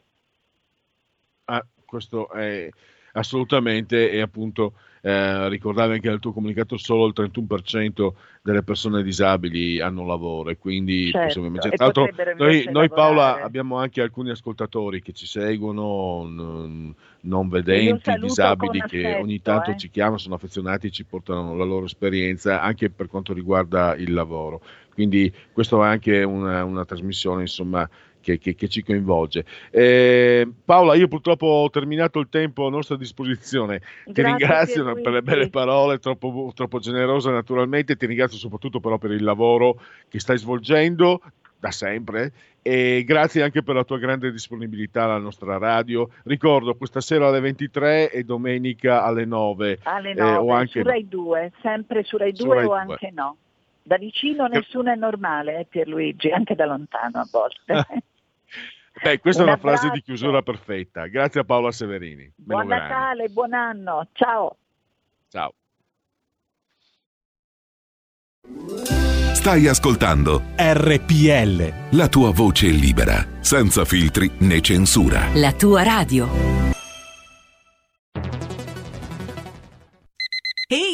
Ah, questo è assolutamente, e appunto eh, ricordavi anche nel tuo comunicato solo il trentuno per cento delle persone disabili hanno lavoro, e quindi certo, possiamo immaginare. Tra l'altro noi, noi Paola abbiamo anche alcuni ascoltatori che ci seguono, n- non vedenti, disabili, che affetto, ogni tanto eh. ci chiamano, sono affezionati e ci portano la loro esperienza anche per quanto riguarda il lavoro, quindi questo è anche una, una trasmissione, insomma, Che, che, che ci coinvolge. Eh, Paola, io purtroppo ho terminato il tempo a nostra disposizione. Ti Grazie ringrazio per, per le belle parole, troppo, troppo generosa naturalmente, ti ringrazio soprattutto però per il lavoro che stai svolgendo da sempre, e grazie anche per la tua grande disponibilità alla nostra radio. Ricordo, questa sera alle ventitré e domenica alle nove. Alle nove, eh, o anche su Rai due, sempre su Rai due o anche no. Da vicino nessuno è normale, eh, Pierluigi, anche da lontano a volte. Beh, questa Un è una abbraccio. frase di chiusura perfetta. Grazie a Paola Severini. Buon Natale, buon anno. Ciao. Ciao. Stai ascoltando R P L, la tua voce libera, senza filtri né censura. La tua radio. Ehi,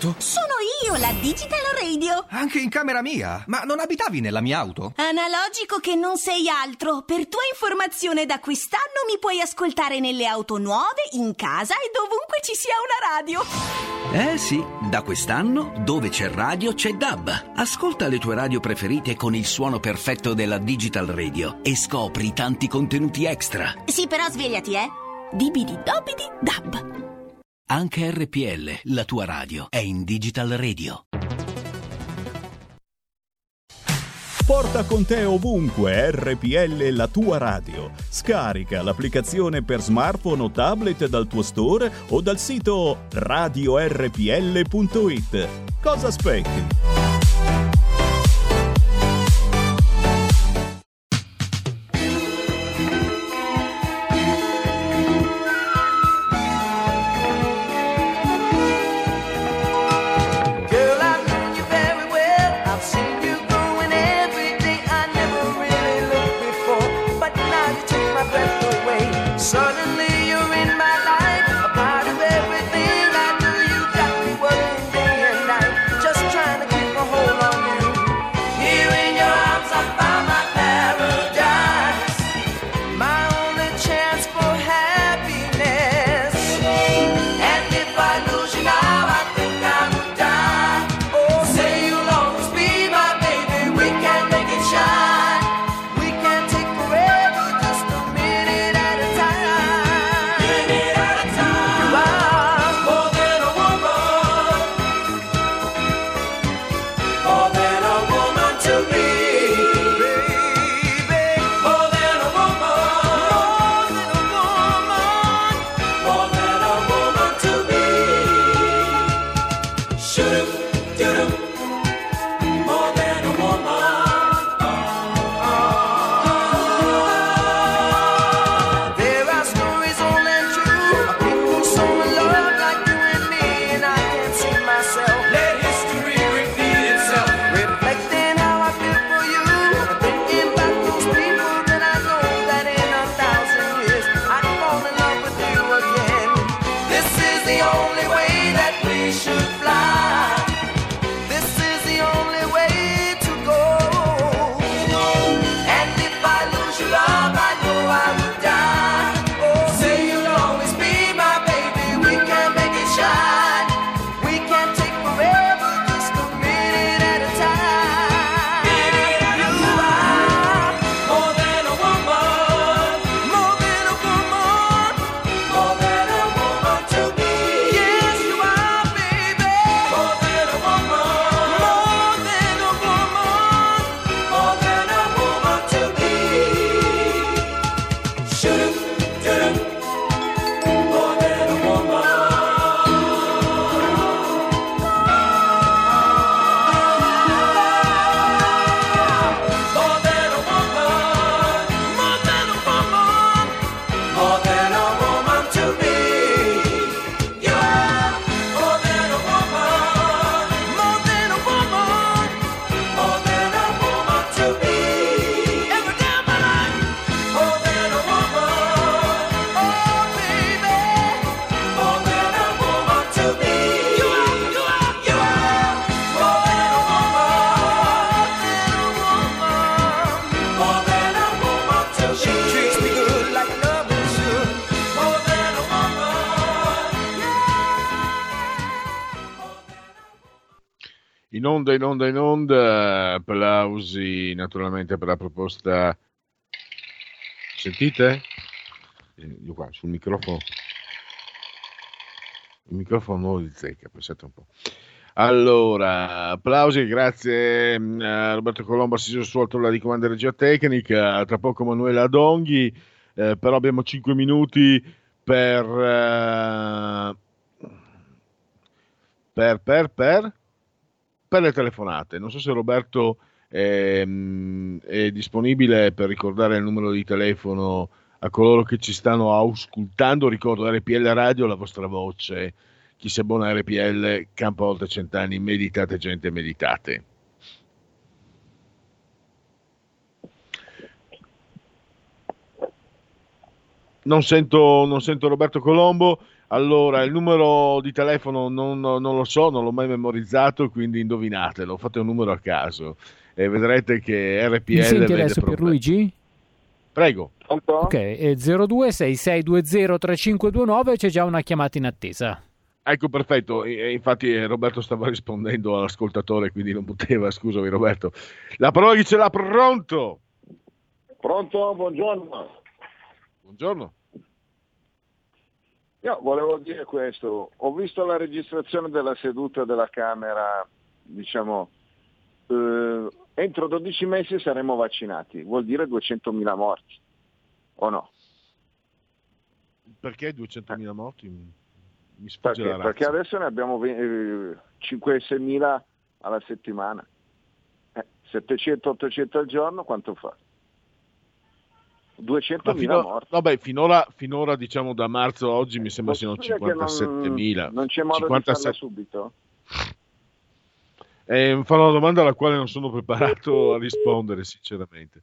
auto? Sono io, la Digital Radio. Anche in camera mia? Ma non abitavi nella mia auto? Analogico che non sei altro. Per tua informazione, da quest'anno mi puoi ascoltare nelle auto nuove, in casa e dovunque ci sia una radio. Eh sì, da quest'anno dove c'è radio c'è D A B. Ascolta le tue radio preferite con il suono perfetto della Digital Radio e scopri tanti contenuti extra. Sì, però svegliati, eh. Dibidi dobidi D A B. Anche R P L, la tua radio, è in Digital Radio. Porta con te ovunque R P L, la tua radio. Scarica l'applicazione per smartphone o tablet dal tuo store o dal sito radio r p l punto i t. Cosa aspetti? Suddenly you're in my life, a part of everything I do. You got me working day and night, just trying to keep a hold on you. Here in your arms I found my paradise, my only chance for happiness. And if I lose you now, I think I would die. Oh, say you'll always be my baby, we can make it shine. We can take forever, just a minute at a time. In onda, in onda, in onda, applausi naturalmente per la proposta. Sentite? Io qua sul microfono, il microfono nuovo di zecca, pensate un po'. Allora, applausi, grazie a Roberto Colombo, assiso sul la di comando e regia tecnica, tra poco Manuela Donghi, eh, però abbiamo cinque minuti per, uh, per, per, per, per le telefonate. Non so se Roberto è, è disponibile per ricordare il numero di telefono a coloro che ci stanno auscultando. Ricordo R P L Radio, la vostra voce. Chi si abbona a R P L campa oltre cent'anni. Meditate, gente, meditate. Non sento, non sento Roberto Colombo. Allora, il numero di telefono non, non lo so, non l'ho mai memorizzato, quindi indovinatelo, fate un numero a caso e vedrete che R P L Mi senti vede adesso, problemi. Pierluigi? Prego. Ok, è zero due sei sei due zero tre cinque due nove, c'è già una chiamata in attesa. Ecco, perfetto. E, infatti eh, Roberto stava rispondendo all'ascoltatore, quindi non poteva, scusami Roberto. La parola chi ce l'ha, pronto? Pronto, buongiorno. Buongiorno. Io volevo dire questo, ho visto la registrazione della seduta della Camera, diciamo, eh, entro dodici mesi saremo vaccinati, vuol dire duecentomila morti, o no? Perché duecentomila morti? Mi sfugge Perché, la perché razza. adesso ne abbiamo eh, cinque sei mila alla settimana, eh, settecento ottocento al giorno, quanto fa? duecentomila Ma fino- morti. Vabbè, finora, finora diciamo da marzo a oggi mi sembra siano Possibile che cinquantasettemila. Non, non c'è modo cinquantasette di farla subito? Eh, mi fa una domanda alla quale non sono preparato a rispondere, sinceramente.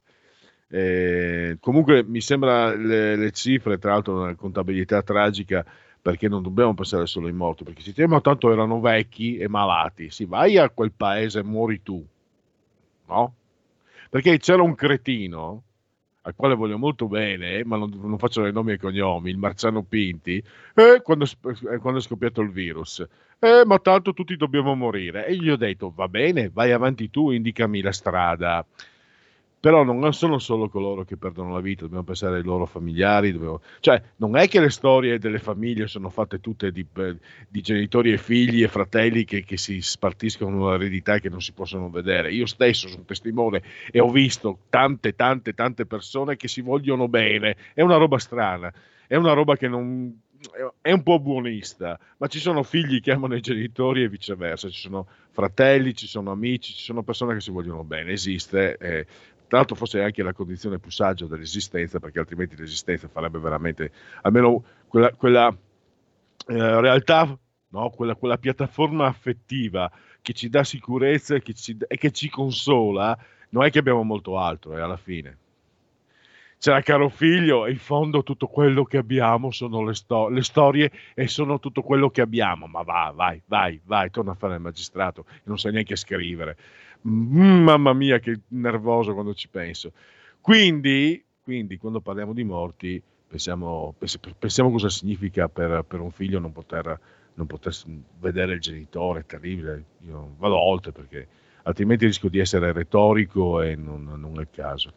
Eh, comunque mi sembra le, le cifre, tra l'altro una contabilità tragica, perché non dobbiamo pensare solo ai morti, perché si tema tanto erano vecchi e malati. Sì, vai a quel paese e muori tu, no? Perché c'era un cretino al quale voglio molto bene, ma non, non faccio i nomi e i cognomi, il Marciano Pinti, eh, quando, eh, quando è scoppiato il virus. Eh, ma tanto tutti dobbiamo morire. E gli ho detto, va bene, vai avanti tu, indicami la strada. Però non sono solo coloro che perdono la vita, dobbiamo pensare ai loro familiari. Dobbiamo... Cioè, non è che le storie delle famiglie sono fatte tutte di, di genitori e figli e fratelli che, che si spartiscono l'eredità e che non si possono vedere. Io stesso sono testimone e ho visto tante, tante, tante persone che si vogliono bene. È una roba strana, è una roba che non... è un po' buonista, ma ci sono figli che amano i genitori e viceversa, ci sono fratelli, ci sono amici, ci sono persone che si vogliono bene, esiste. Eh, Tra l'altro forse è anche la condizione più saggia dell'esistenza, perché altrimenti l'esistenza farebbe veramente, almeno quella, quella eh, realtà, no? quella, quella piattaforma affettiva che ci dà sicurezza e che ci, e che ci consola, non è che abbiamo molto altro, eh, alla fine. C'era Caro Figlio e in fondo tutto quello che abbiamo sono le, sto- le storie e sono tutto quello che abbiamo, ma va, vai, vai, vai, torna a fare il magistrato e non sai neanche scrivere. Mm, mamma mia che nervoso quando ci penso. Quindi, quindi quando parliamo di morti pensiamo, pens- pensiamo cosa significa per, per un figlio non poter, non poter vedere il genitore, è terribile. Io vado oltre perché altrimenti rischio di essere retorico e non, non è il caso.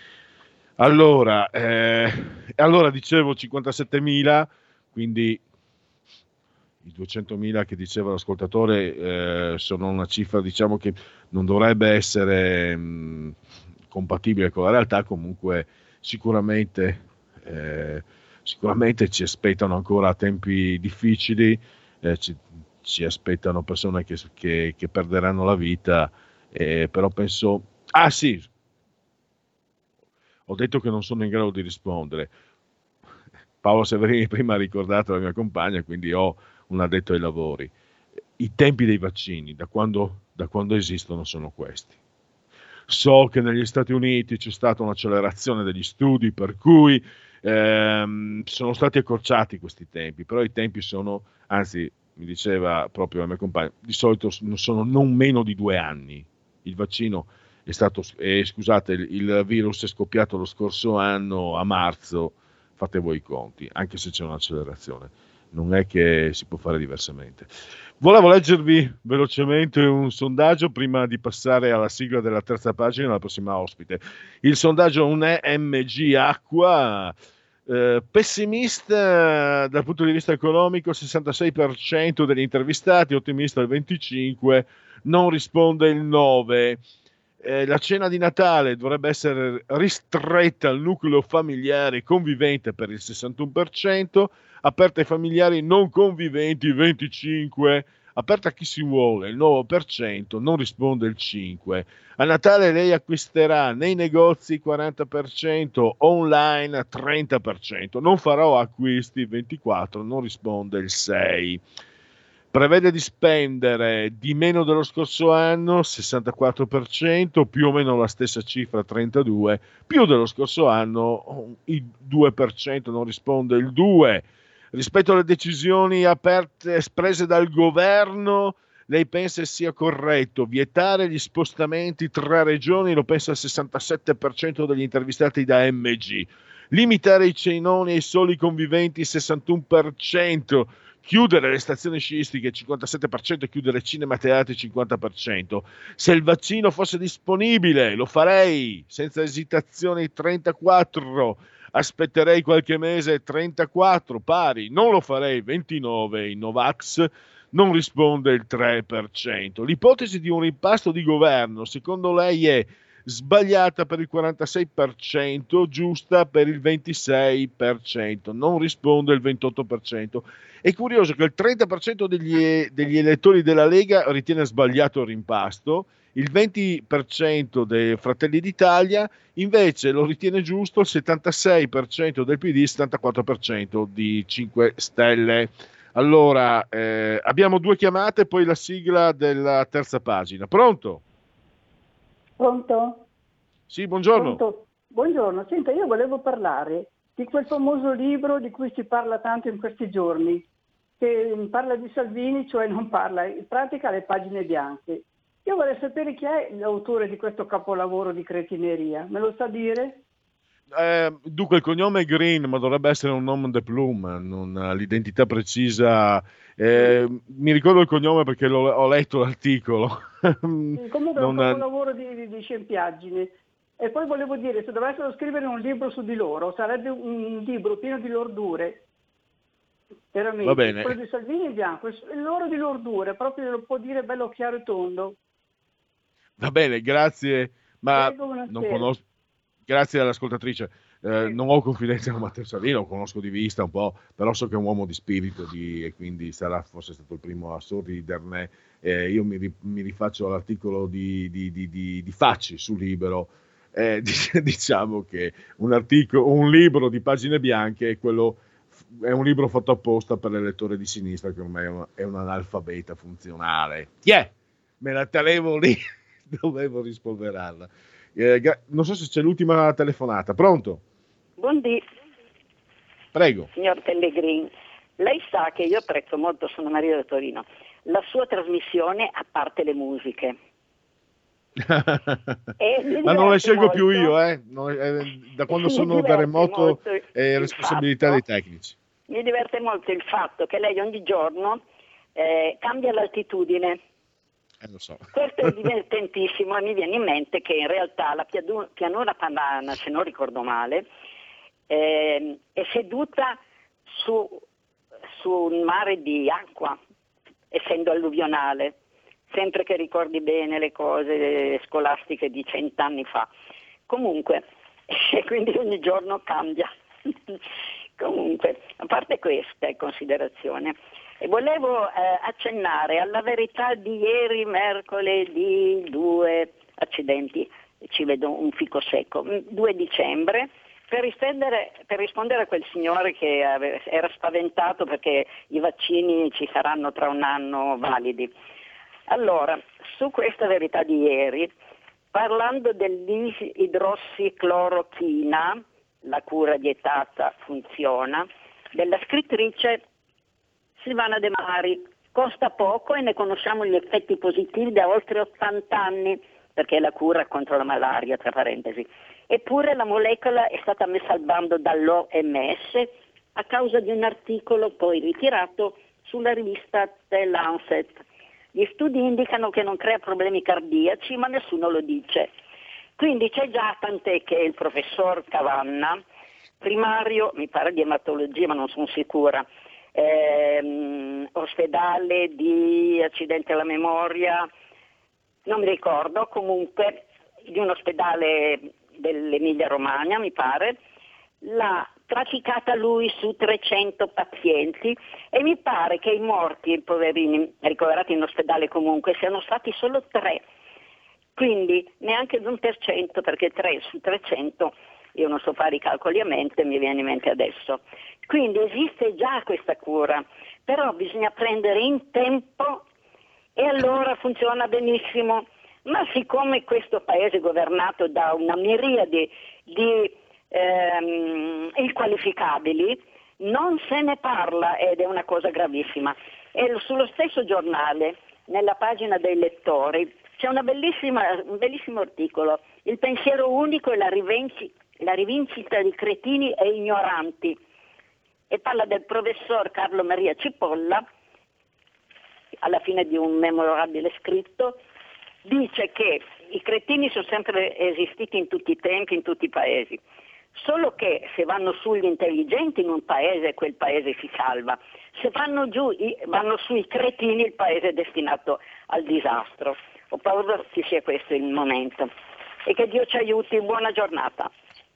Allora, eh, allora dicevo cinquantasettemila, quindi i duecentomila che diceva l'ascoltatore eh, sono una cifra, diciamo, che non dovrebbe essere mh, compatibile con la realtà. Comunque sicuramente, eh, sicuramente ci aspettano ancora tempi difficili, eh, ci, ci aspettano persone che, che, che perderanno la vita, eh, però penso... Ah sì, ho detto che non sono in grado di rispondere. Paolo Severini prima ha ricordato la mia compagna, quindi ho un addetto ai lavori. I tempi dei vaccini, da quando, da quando esistono, sono questi. So che negli Stati Uniti c'è stata un'accelerazione degli studi per cui ehm, sono stati accorciati questi tempi, però i tempi sono, anzi, mi diceva proprio la mia compagna, di solito sono non meno di due anni. Il vaccino è stato, eh, scusate, il, il virus è scoppiato lo scorso anno a marzo, fate voi i conti, anche se c'è un'accelerazione, non è che si può fare diversamente. Volevo leggervi velocemente un sondaggio prima di passare alla sigla della terza pagina, alla prossima ospite. Il sondaggio un E M G Acqua, eh, pessimista dal punto di vista economico il sessantasei per cento degli intervistati, ottimista il venticinque per cento, non risponde il nove per cento. Eh, la cena di Natale dovrebbe essere ristretta al nucleo familiare convivente per il sessantuno per cento, aperta ai familiari non conviventi il venticinque per cento, aperta a chi si vuole il nove per cento, non risponde il cinque per cento. A Natale lei acquisterà nei negozi quaranta per cento, online trenta per cento, non farò acquisti ventiquattro per cento, non risponde il sei per cento. prevede di spendere di meno dello scorso anno, sessantaquattro per cento, più o meno la stessa cifra, trentadue per cento, più dello scorso anno, il due per cento, non risponde il due per cento. Rispetto alle decisioni aperte espresse dal governo, lei pensa sia corretto vietare gli spostamenti tra regioni? Lo pensa il sessantasette per cento degli intervistati da M G. Limitare i cenoni ai soli conviventi, sessantuno per cento. Chiudere le stazioni sciistiche, cinquantasette per cento, e chiudere cinema e teatri, cinquanta per cento. Se il vaccino fosse disponibile, lo farei, senza esitazioni, trentaquattro per cento. Aspetterei qualche mese, trentaquattro, pari. Non lo farei, ventinove. I Novax, non risponde il tre per cento. L'ipotesi di un rimpasto di governo, secondo lei, è sbagliata per il quarantasei per cento, giusta per il ventisei per cento, non risponde il ventotto per cento. È curioso che il trenta per cento degli, degli elettori della Lega ritiene sbagliato il rimpasto, il venti per cento dei Fratelli d'Italia invece lo ritiene giusto, il settantasei per cento del P D, il settantaquattro per cento di cinque Stelle. Allora, eh, abbiamo due chiamate, poi la sigla della terza pagina. Pronto? Pronto? Sì, buongiorno. Pronto? Buongiorno, senta, io volevo parlare di quel famoso libro di cui si parla tanto in questi giorni, che parla di Salvini, cioè non parla, in pratica le pagine bianche. Io vorrei sapere chi è l'autore di questo capolavoro di cretineria, me lo sa dire? Eh, dunque il cognome è Green, ma dovrebbe essere un nome de plume, non ha l'identità precisa. Eh, mi ricordo il cognome perché l'ho, ho letto l'articolo. Sì, comunque non è un capolavoro di, di, di scempiaggini. E poi volevo dire, se dovessero scrivere un libro su di loro, sarebbe un libro pieno di lordure. Veramente. Va bene. Quello di Salvini in bianco, il loro di lordure, proprio lo può dire bello chiaro e tondo. Va bene, grazie, ma Prego, non conosco. Grazie all'ascoltatrice. Eh, non ho confidenza con Matteo Salvini, lo conosco di vista un po', però so che è un uomo di spirito di, e quindi sarà forse stato il primo a sorriderne. Eh, io mi, mi rifaccio all'articolo di, di, di, di, di Facci su Libero. Eh, diciamo che un, articolo, un libro di pagine bianche è, quello, è un libro fatto apposta per l'elettore di sinistra che ormai è un, è un analfabeta funzionale. Chi è? Me la tenevo lì, dovevo rispolverarla. Eh, non so se c'è l'ultima telefonata. Pronto? Buondì. Prego. Signor Pellegrini, lei sa che io apprezzo molto, sono Maria da Torino, la sua trasmissione a parte le musiche. Ma non le scelgo molto. più io, eh. non, eh da quando sono da remoto è responsabilità fatto, dei tecnici. Mi diverte molto il fatto che lei ogni giorno eh, cambia l'altitudine. Eh, lo so. Questo è divertentissimo e mi viene in mente che in realtà la piadu- pianura padana, se non ricordo male, eh, è seduta su, su un mare di acqua, essendo alluvionale, sempre che ricordi bene le cose scolastiche di cent'anni fa. Comunque, e quindi ogni giorno cambia. Comunque, a parte questa considerazione, e volevo eh, accennare alla verità di ieri, mercoledì due, accidenti, ci vedo un fico secco, due dicembre, per rispondere, per rispondere a quel signore che ave, era spaventato perché i vaccini ci saranno tra un anno validi. Allora, su questa verità di ieri, parlando dell'idrossiclorochina, la cura vietata funziona, della scrittrice Silvana De Mari, costa poco e ne conosciamo gli effetti positivi da oltre ottanta anni, perché è la cura contro la malaria, tra parentesi. Eppure la molecola è stata messa al bando dall'O M S a causa di un articolo poi ritirato sulla rivista The Lancet. Gli studi indicano che non crea problemi cardiaci, ma nessuno lo dice. Quindi c'è già, tant'è che il professor Cavanna, primario, mi pare di ematologia, ma non sono sicura, ehm, ospedale di accidente alla memoria, non mi ricordo, comunque di un ospedale dell'Emilia Romagna, mi pare, l'ha trafficata lui su trecento pazienti e mi pare che i morti, i poverini ricoverati in ospedale comunque, siano stati solo tre. Quindi neanche l'uno per cento, perché tre su trecento io non so fare i calcoli a mente, mi viene in mente adesso. Quindi esiste già questa cura, però bisogna prendere in tempo e allora funziona benissimo. Ma siccome questo paese è governato da una miriade di ehm, inqualificabili, non se ne parla ed è una cosa gravissima. E sullo stesso giornale, nella pagina dei lettori, c'è una bellissima, un bellissimo articolo, Il pensiero unico e la, rivenci, la rivincita di cretini e ignoranti, e parla del professor Carlo Maria Cipolla, alla fine di un memorabile scritto, dice che i cretini sono sempre esistiti in tutti i tempi, in tutti i paesi, solo che se vanno su gli intelligenti in un paese, quel paese si salva, se vanno giù, vanno sui cretini, il paese è destinato al disastro. Ho paura che sia questo il momento e che Dio ci aiuti. Buona giornata.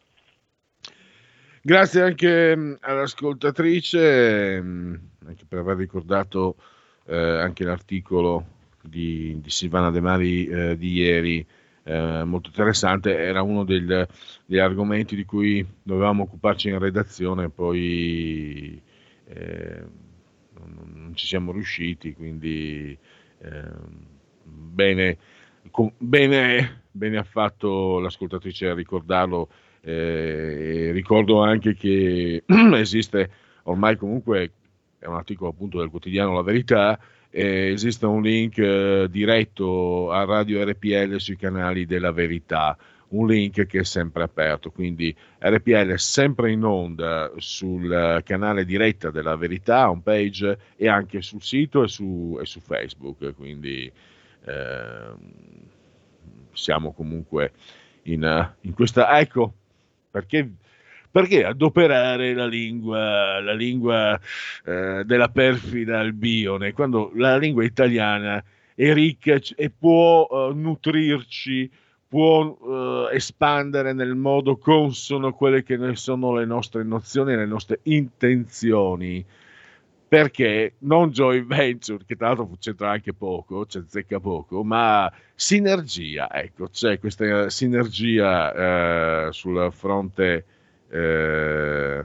Grazie anche all'ascoltatrice, anche per aver ricordato eh, anche l'articolo di, di Silvana De Mari eh, di ieri, eh, molto interessante. Era uno del, degli argomenti di cui dovevamo occuparci in redazione, poi eh, non, non ci siamo riusciti, quindi eh, bene, com, bene, bene ha fatto l'ascoltatrice a ricordarlo. Eh, ricordo anche che esiste ormai, comunque è un articolo appunto del quotidiano La Verità, eh, esiste un link eh, diretto a Radio R P L sui canali della Verità, un link che è sempre aperto, quindi R P L è sempre in onda sul canale diretta della Verità, home page, e anche sul sito e su, e su Facebook, quindi eh, siamo comunque in, in questa, ecco perché Perché adoperare la lingua, la lingua eh, della perfida Albione, quando la lingua italiana è ricca e può uh, nutrirci, può uh, espandere nel modo consono quelle che ne sono le nostre nozioni e le nostre intenzioni? Perché non joint venture, che tra l'altro c'entra anche poco, c'è zecca poco, ma sinergia, ecco, c'è questa sinergia eh, sul fronte Eh,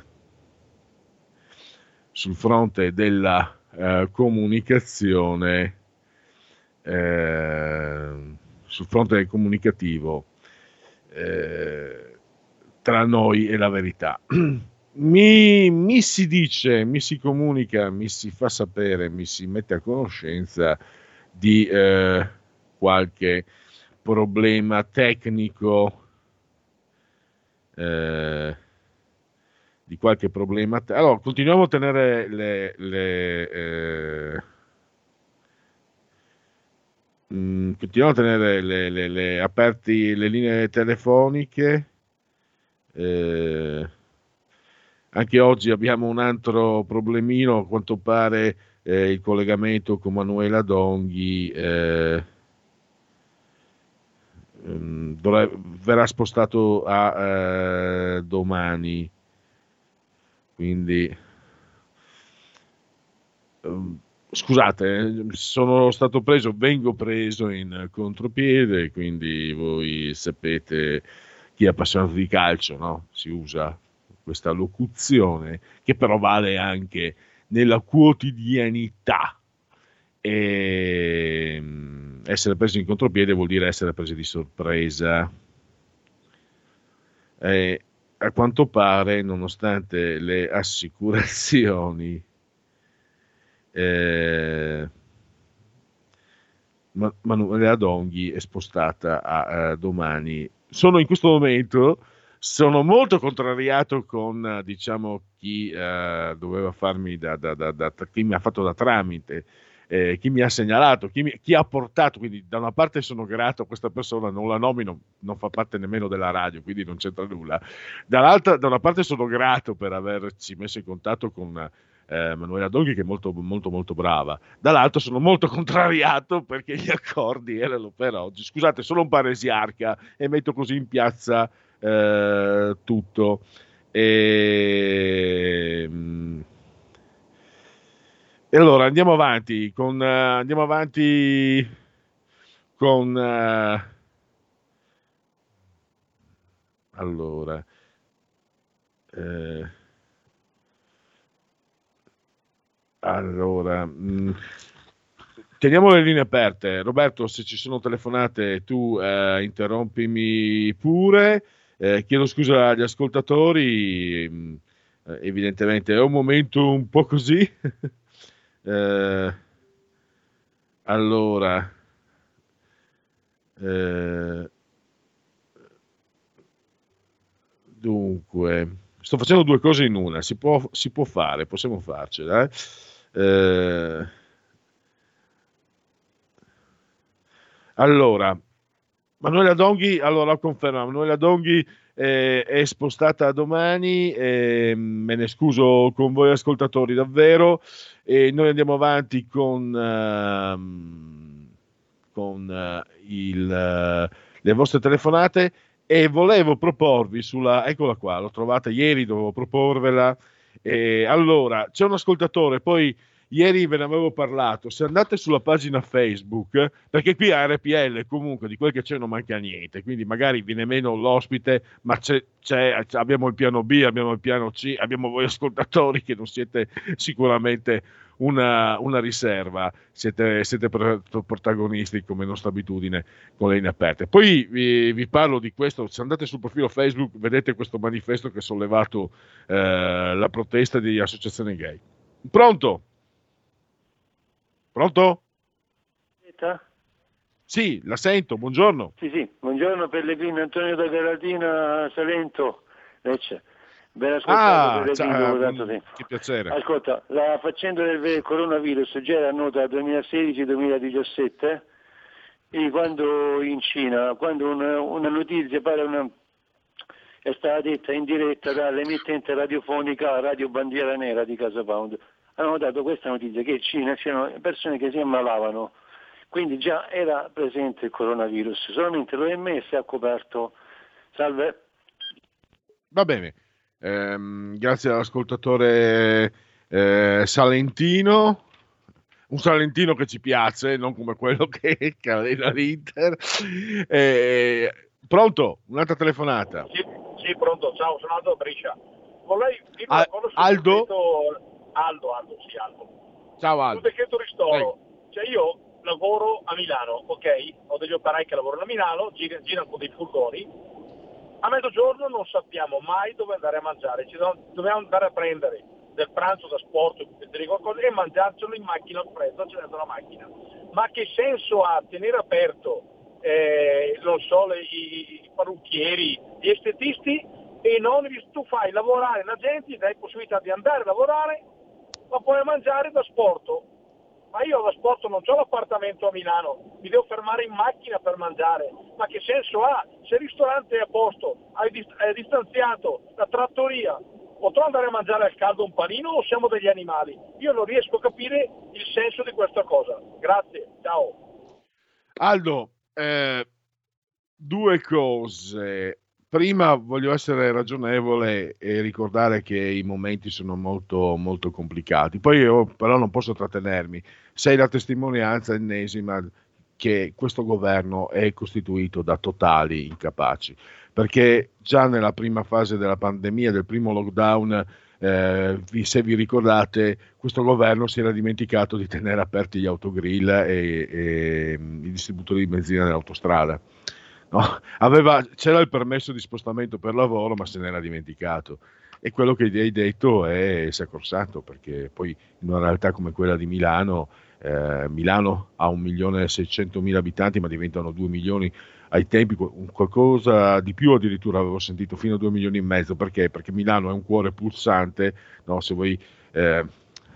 sul fronte della eh, comunicazione, eh, sul fronte del comunicativo eh, tra noi e la Verità. Mi, mi si dice, mi si comunica, mi si fa sapere, mi si mette a conoscenza di eh, qualche problema tecnico, eh, di qualche problema. Allora, continuiamo a tenere le, le eh, mh, continuiamo a tenere le, le, le aperti le linee telefoniche. Eh, anche oggi abbiamo un altro problemino, a quanto pare eh, il collegamento con Manuela Donghi eh, dovrebbe, verrà spostato a eh, domani. Quindi um, scusate, sono stato preso, vengo preso in contropiede, quindi voi sapete, chi è appassionato di calcio, no? Si usa questa locuzione che però vale anche nella quotidianità. E essere presi in contropiede vuol dire essere presi di sorpresa. E a quanto pare, nonostante le assicurazioni, eh, Manuela Donghi è spostata a, a domani. Sono in questo momento sono molto contrariato con, diciamo, chi eh, doveva farmi da, da, da, da chi mi ha fatto da tramite, eh, chi mi ha segnalato, chi, mi, chi ha portato, quindi da una parte sono grato a questa persona, non la nomino, non fa parte nemmeno della radio, quindi non c'entra nulla. Dall'altra, da una parte sono grato per averci messo in contatto con eh, Manuela Donghi, che è molto molto molto brava. Dall'altro sono molto contrariato perché gli accordi erano per oggi. Scusate, sono un paresiarca e metto così in piazza eh, tutto. E... E allora andiamo avanti con uh, andiamo avanti con uh, allora eh, allora, mh, teniamo le linee aperte. Roberto, se ci sono telefonate tu eh, interrompimi pure. Eh, chiedo scusa agli ascoltatori, mh, evidentemente è un momento un po' così. eh, allora, eh, dunque, sto facendo due cose in una, si può, si può fare, possiamo farcela. Eh? Eh, allora, Manuela Donghi, allora conferma, Manuela Donghi eh, è spostata a domani, eh, me ne scuso con voi ascoltatori davvero, e noi andiamo avanti con, uh, con uh, il, uh, le vostre telefonate, e volevo proporvi sulla, eccola qua, l'ho trovata ieri, dovevo proporvela, eh, allora c'è un ascoltatore, poi ieri ve ne avevo parlato, se andate sulla pagina Facebook, perché qui a R P L comunque di quel che c'è non manca niente, quindi magari viene meno l'ospite, ma c'è, c'è, abbiamo il piano B, abbiamo il piano C, abbiamo voi ascoltatori che non siete sicuramente una, una riserva, siete, siete protagonisti come nostra abitudine con le linee aperte. Poi vi, vi parlo di questo, se andate sul profilo Facebook vedete questo manifesto che ha sollevato eh, la protesta di associazioni gay. Pronto? Pronto? Sì, la sento, buongiorno. Sì, sì, buongiorno Pellegrino, Antonio da Galatina, Salento, Lecce. Ben ascoltato Ah, Pellegrino, ciao, dopo tanto tempo. che piacere. Ascolta, la faccenda del coronavirus già era nota duemilasedici duemiladiciassette, e quando in Cina, quando una, una notizia pare una, è stata detta in diretta dall'emittente radiofonica Radio Bandiera Nera di Casa Pound, hanno dato questa notizia che in Cina c'erano persone che si ammalavano, quindi già era presente il coronavirus, solamente l'O M S ha coperto. Salve. Va bene, ehm, grazie all'ascoltatore eh, salentino, un salentino che ci piace, non come quello che calena l'Inter. Eh, pronto? Un'altra telefonata. Sì, sì, pronto, ciao, sono Aldo Brescia. Vorrei dire A- una cosa sul Aldo? decreto- Aldo, Aldo, sì, Aldo. Ciao Aldo. Sul decreto ristoro, cioè io lavoro a Milano, ok? Ho degli operai che lavorano a Milano, gir- girano con dei furgoni. A mezzogiorno non sappiamo mai dove andare a mangiare, ci do- dobbiamo andare a prendere del pranzo da sport qualcosa, e mangiarcelo in macchina al freddo, accendendo la macchina. Ma che senso ha tenere aperto, eh, non so, le, i, i parrucchieri, gli estetisti, e non tu fai lavorare la gente, dai possibilità di andare a lavorare, ma puoi mangiare da sport. Ma io da sport non ho l'appartamento a Milano, mi devo fermare in macchina per mangiare. Ma che senso ha? Se il ristorante è a posto, è distanziato, la trattoria, potrò andare a mangiare al caldo un panino o siamo degli animali? Io non riesco a capire il senso di questa cosa. Grazie, ciao. Aldo, eh, due cose. Prima voglio essere ragionevole e ricordare che i momenti sono molto, molto complicati. Poi io però non posso trattenermi. Sei la testimonianza ennesima che questo governo è costituito da totali incapaci, perché già nella prima fase della pandemia, del primo lockdown, eh, vi, se vi ricordate, questo governo si era dimenticato di tenere aperti gli autogrill e, e i distributori di benzina nell'autostrada. No, aveva, c'era il permesso di spostamento per lavoro, ma se n'era dimenticato, e quello che hai detto è sacrosanto, perché poi in una realtà come quella di Milano, eh, Milano ha un milione e seicentomila abitanti, ma diventano due milioni ai tempi, qualcosa di più addirittura avevo sentito, fino a due milioni e mezzo. Perché? Perché Milano è un cuore pulsante, no? Se voi, eh,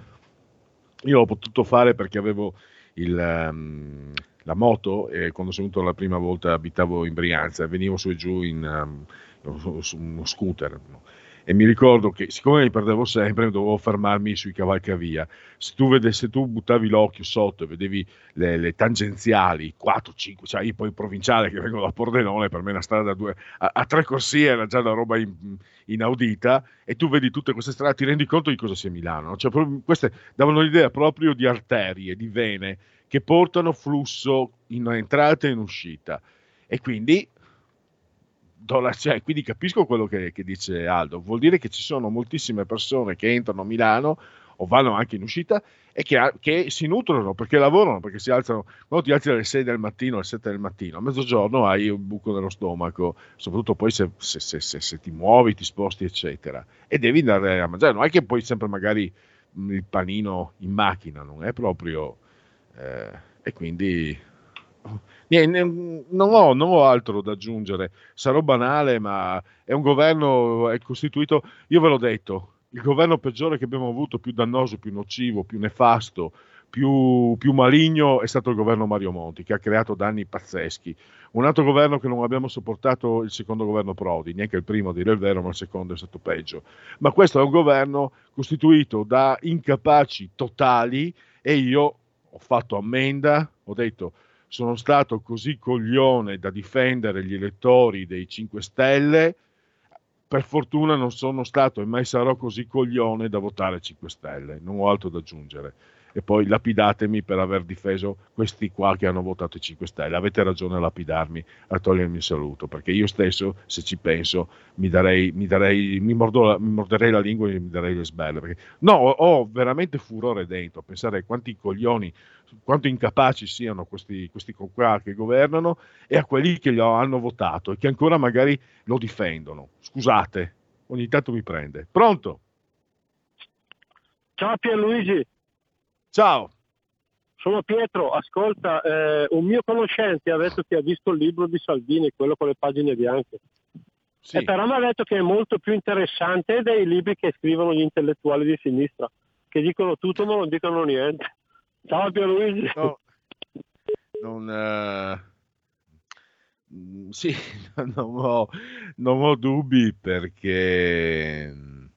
io ho potuto fare perché avevo il... Um, la moto, e quando sono venuto la prima volta abitavo in Brianza, venivo su e giù in um, su uno scooter, no? E mi ricordo che siccome mi perdevo sempre dovevo fermarmi sui cavalcavia. Se tu, vede, se tu buttavi l'occhio sotto e vedevi le, le tangenziali quattro cinque, cioè io poi provinciale che vengo da Pordenone, per me una strada a, due, a, a tre corsie era già una roba in, inaudita, e tu vedi tutte queste strade, ti rendi conto di cosa sia Milano, no? Cioè, queste davano l'idea proprio di arterie, di vene che portano flusso in entrata e in uscita, e quindi do la- cioè, quindi capisco quello che, che dice Aldo, vuol dire che ci sono moltissime persone che entrano a Milano o vanno anche in uscita e che, ha- che si nutrono perché lavorano, perché si alzano, quando ti alzi alle sei del mattino, alle sette del mattino, a mezzogiorno hai un buco nello stomaco, soprattutto poi se, se- se- se- se ti muovi, ti sposti eccetera, e devi andare a mangiare, non è che poi sempre magari mh, il panino in macchina, non è proprio, eh, e quindi niente, non ho, non ho altro da aggiungere, sarò banale, ma è un governo, è costituito, io ve l'ho detto, il governo peggiore che abbiamo avuto, più dannoso, più nocivo, più nefasto, più, più maligno è stato il governo Mario Monti, che ha creato danni pazzeschi. Un altro governo che non abbiamo sopportato, il secondo governo Prodi, neanche il primo a dire il vero, ma il secondo è stato peggio. Ma questo è un governo costituito da incapaci totali e io ho fatto ammenda, ho detto sono stato così coglione da difendere gli elettori dei cinque Stelle. Per fortuna non sono stato e mai sarò così coglione da votare cinque Stelle, non ho altro da aggiungere. E poi lapidatemi per aver difeso questi qua che hanno votato i cinque Stelle. Avete ragione a lapidarmi, a togliermi il saluto, perché io stesso, se ci penso, mi darei, mi darei, mi, mordo la, mi morderei la lingua e mi darei le sbelle. Perché, no, ho, ho veramente furore dentro a pensare quanti coglioni, quanto incapaci siano questi, questi qua che governano e a quelli che lo hanno votato e che ancora magari lo difendono. Scusate, ogni tanto mi prende. Pronto? Ciao Pierluigi. Ciao. Sono Pietro, ascolta, eh, un mio conoscente ha detto che ha visto il libro di Salvini, quello con le pagine bianche. Sì. E però mi ha detto che è molto più interessante dei libri che scrivono gli intellettuali di sinistra, che dicono tutto ma non dicono niente. Ciao Pierluigi. No, non, eh, mm, sì, non ho, non ho dubbi perché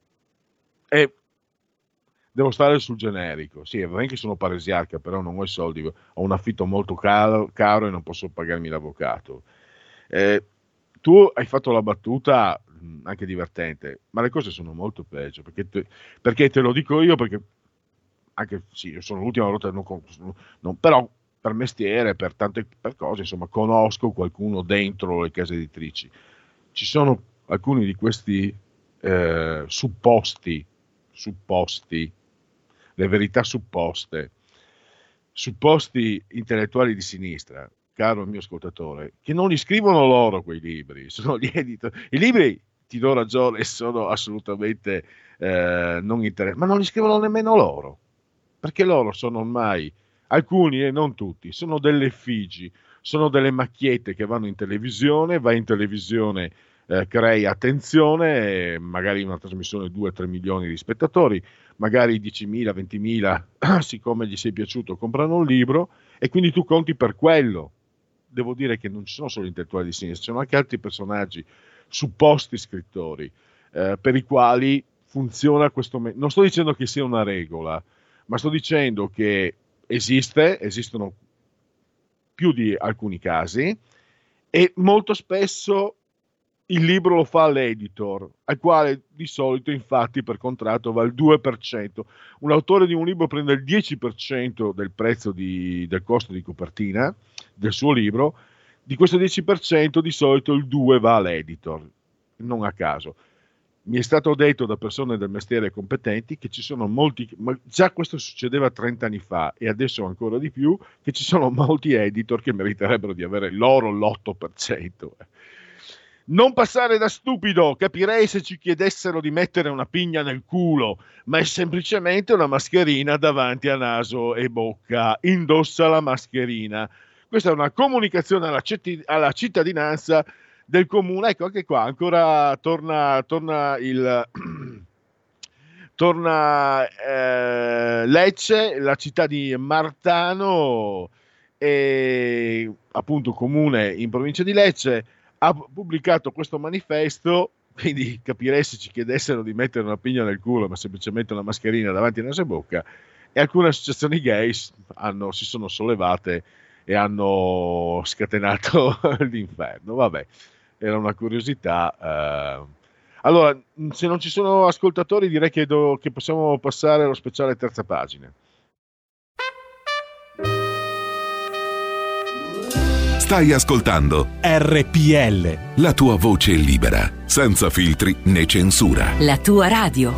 è, devo stare sul generico. Sì, è vero che sono paresiarca, però non ho i soldi, ho un affitto molto caro, caro e non posso pagarmi l'avvocato. Eh, tu hai fatto la battuta mh, anche divertente, ma le cose sono molto peggio, perché te, perché te lo dico io, perché anche sì, io sono l'ultima volta, non, non, però per mestiere, per tante per cose, insomma, conosco qualcuno dentro le case editrici. Ci sono alcuni di questi eh, supposti, supposti, le verità supposte, supposti intellettuali di sinistra, caro mio ascoltatore, che non li scrivono loro quei libri, sono gli editori. I libri, ti do ragione, sono assolutamente eh, non interessanti, ma non li scrivono nemmeno loro, perché loro sono ormai, alcuni e non tutti, sono delle effigi, sono delle macchiette che vanno in televisione, vai in televisione, eh, crei attenzione, magari una trasmissione due tre milioni di spettatori, magari diecimila, ventimila, siccome gli sei piaciuto, comprano un libro e quindi tu conti per quello. Devo dire che non ci sono solo intellettuali di sinistra, ci sono anche altri personaggi, supposti scrittori, eh, per i quali funziona questo. Me- non sto dicendo che sia una regola, ma sto dicendo che esiste, esistono più di alcuni casi e molto spesso il libro lo fa l'editor, al quale di solito infatti per contratto va il due per cento. Un autore di un libro prende il dieci per cento del prezzo di, del costo di copertina del suo libro, di questo dieci per cento di solito il due per cento va all'editor, non a caso. Mi è stato detto da persone del mestiere competenti che ci sono molti, ma già questo succedeva trenta anni fa e adesso ancora di più, che ci sono molti editor che meriterebbero di avere loro l'otto per cento. Non passare da stupido, capirei se ci chiedessero di mettere una pigna nel culo, ma è semplicemente una mascherina davanti a naso e bocca. Indossa la mascherina. Questa è una comunicazione alla, citt- alla cittadinanza del comune. Ecco, anche qua ancora torna, torna il torna eh, Lecce, la città di Martano, e appunto comune in provincia di Lecce, ha pubblicato questo manifesto, quindi capirei se ci chiedessero di mettere una pigna nel culo, ma semplicemente una mascherina davanti a naso e bocca, e alcune associazioni gay hanno, si sono sollevate e hanno scatenato l'inferno. Vabbè, era una curiosità. Eh. Allora, se non ci sono ascoltatori, direi che, do, che possiamo passare allo speciale terza pagina. Stai ascoltando R P L, la tua voce libera, senza filtri né censura. La tua radio.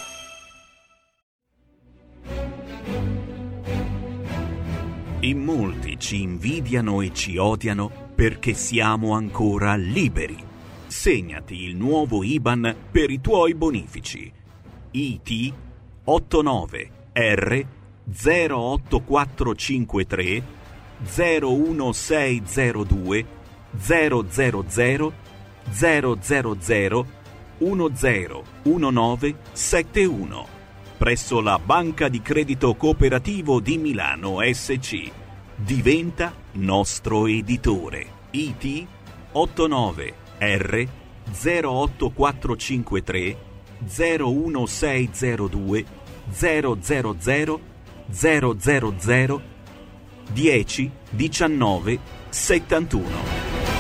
In molti ci invidiano e ci odiano perché siamo ancora liberi. Segnati il nuovo I B A N per i tuoi bonifici. I T ottantanove R zero otto quattro cinque tre zero uno sei zero due zero zero zero zero zero zero uno zero uno nove sette uno presso la Banca di Credito Cooperativo di Milano S C. Diventa nostro editore. I T ottantanove R zero otto quattro cinque tre zero uno sei zero due zero zero zero zero zero zero dieci diciannove settantuno.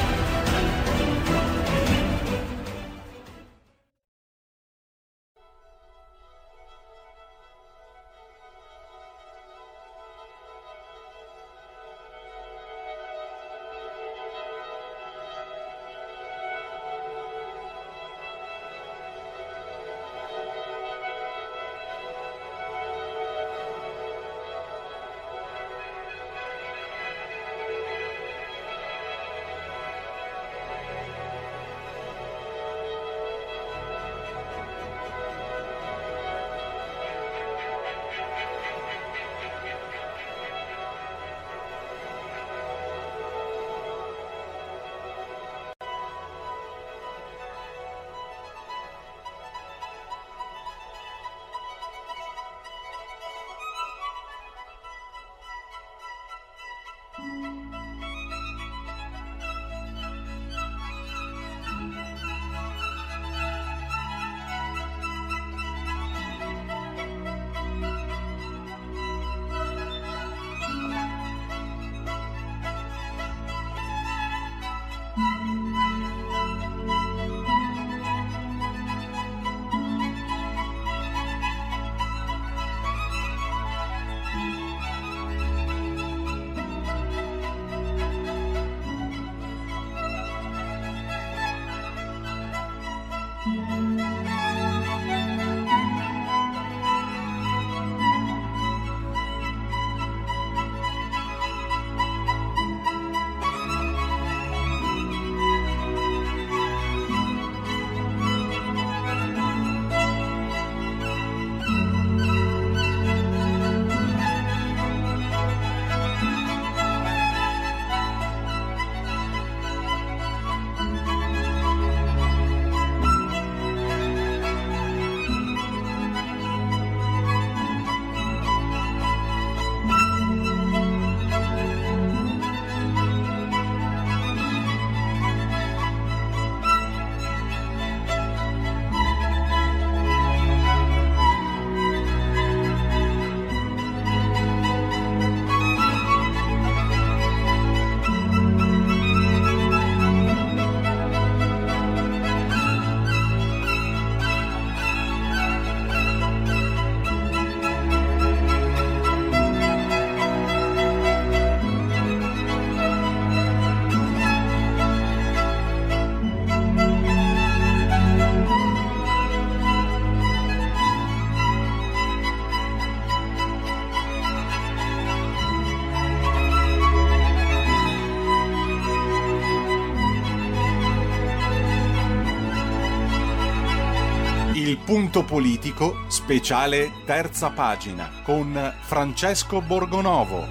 Il punto politico, speciale terza pagina, con Francesco Borgonovo.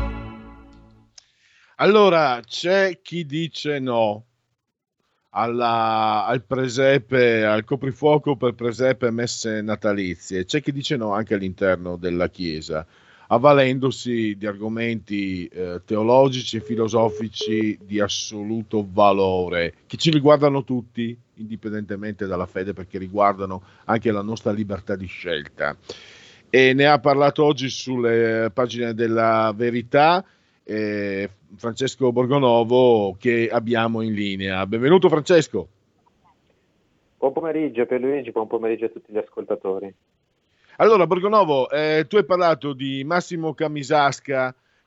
Allora, c'è chi dice no alla, al presepe, al coprifuoco per presepe e messe natalizie, c'è chi dice no anche all'interno della Chiesa, avvalendosi di argomenti eh, teologici e filosofici di assoluto valore, che ci riguardano tutti, indipendentemente dalla fede, perché riguardano anche la nostra libertà di scelta. E ne ha parlato oggi sulle pagine della Verità eh, Francesco Borgonovo, che abbiamo in linea. Benvenuto Francesco. Buon pomeriggio Pierluigi, buon pomeriggio a tutti gli ascoltatori. Allora Borgonovo, eh, tu hai parlato di Massimo Camisasca,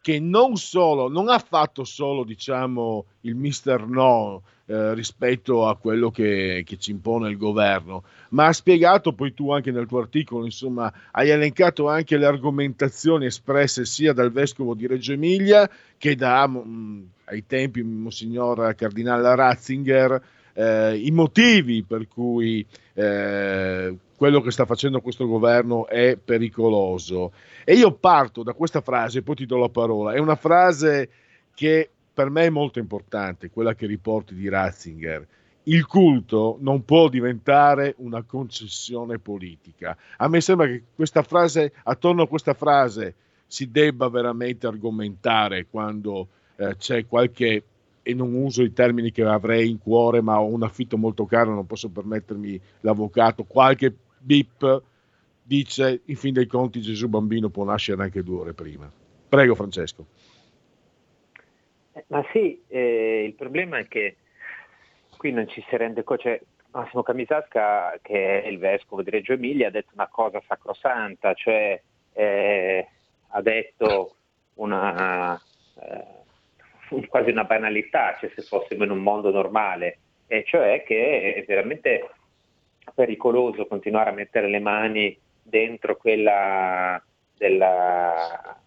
che non solo, non ha fatto solo, diciamo, il mister no eh, rispetto a quello che, che ci impone il governo, ma ha spiegato, poi tu anche nel tuo articolo, insomma, hai elencato anche le argomentazioni espresse sia dal vescovo di Reggio Emilia che da, mh, ai tempi, Monsignor Cardinale Ratzinger, eh, i motivi per cui eh, quello che sta facendo questo governo è pericoloso. E io parto da questa frase, poi ti do la parola. È una frase che per me è molto importante, quella che riporti di Ratzinger. Il culto non può diventare una concessione politica. A me sembra che questa frase, attorno a questa frase, si debba veramente argomentare quando eh, c'è qualche, e non uso i termini che avrei in cuore, ma ho un affitto molto caro, non posso permettermi l'avvocato, qualche bip dice, in fin dei conti Gesù bambino può nascere anche due ore prima. Prego Francesco. Eh, ma sì, eh, il problema è che qui non ci si rende conto, cioè Massimo Camisasca, che è il vescovo di Reggio Emilia, ha detto una cosa sacrosanta, cioè eh, ha detto una eh, quasi una banalità, cioè se fossimo in un mondo normale, e cioè che è veramente pericoloso continuare a mettere le mani dentro quella della,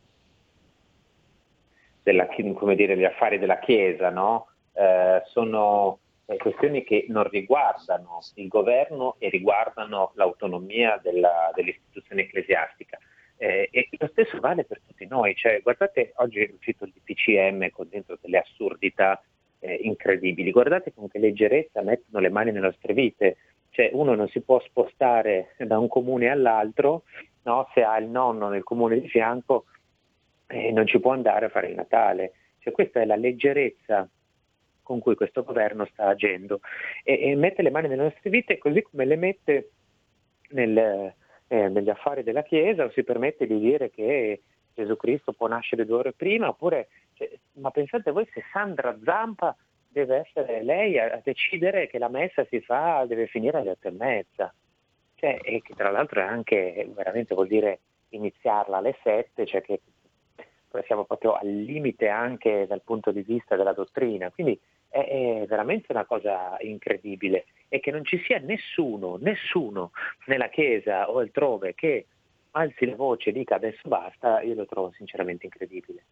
della come dire, gli affari della Chiesa, no? Eh, sono questioni che non riguardano il governo e riguardano l'autonomia della, dell'istituzione ecclesiastica. Eh, e lo stesso vale per tutti noi, cioè, guardate, oggi è uscito il D P C M con dentro delle assurdità eh, incredibili, guardate con che leggerezza mettono le mani nelle nostre vite, cioè uno non si può spostare da un comune all'altro, no? Se ha il nonno nel comune di fianco eh, non ci può andare a fare il Natale, cioè questa è la leggerezza con cui questo governo sta agendo e, e mette le mani nelle nostre vite così come le mette nel Eh, negli affari della Chiesa, o si permette di dire che Gesù Cristo può nascere due ore prima, oppure, cioè, ma pensate voi se Sandra Zampa deve essere lei a, a decidere che la messa si fa, deve finire alle otto e mezza, cioè, e che tra l'altro è anche, veramente vuol dire iniziarla alle sette, cioè che siamo proprio al limite anche dal punto di vista della dottrina, quindi è, è veramente una cosa incredibile, e che non ci sia nessuno, nessuno nella Chiesa o altrove che alzi la voce e dica adesso basta, io lo trovo sinceramente incredibile.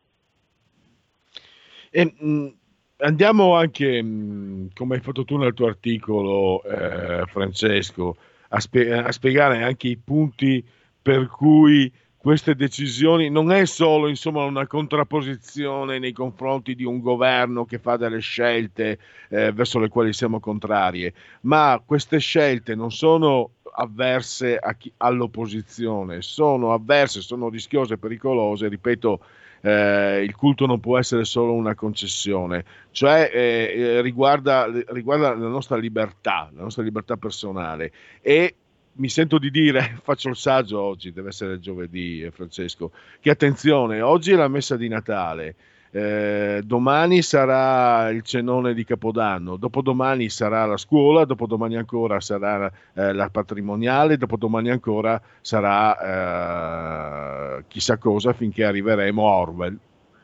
E, mh, andiamo anche, mh, come hai fatto tu nel tuo articolo, eh, Francesco, a, spie- a spiegare anche i punti per cui queste decisioni non è solo, insomma, una contrapposizione nei confronti di un governo che fa delle scelte eh, verso le quali siamo contrarie, ma queste scelte non sono avverse a chi, all'opposizione, sono avverse, sono rischiose, pericolose, ripeto, eh, il culto non può essere solo una concessione, cioè eh, riguarda, riguarda la nostra libertà, la nostra libertà personale, e mi sento di dire, faccio il saggio oggi, deve essere giovedì, eh, Francesco, che attenzione, oggi è la messa di Natale, eh, domani sarà il cenone di Capodanno, dopodomani sarà la scuola, dopodomani ancora sarà eh, la patrimoniale, dopodomani ancora sarà eh, chissà cosa finché arriveremo a Orwell.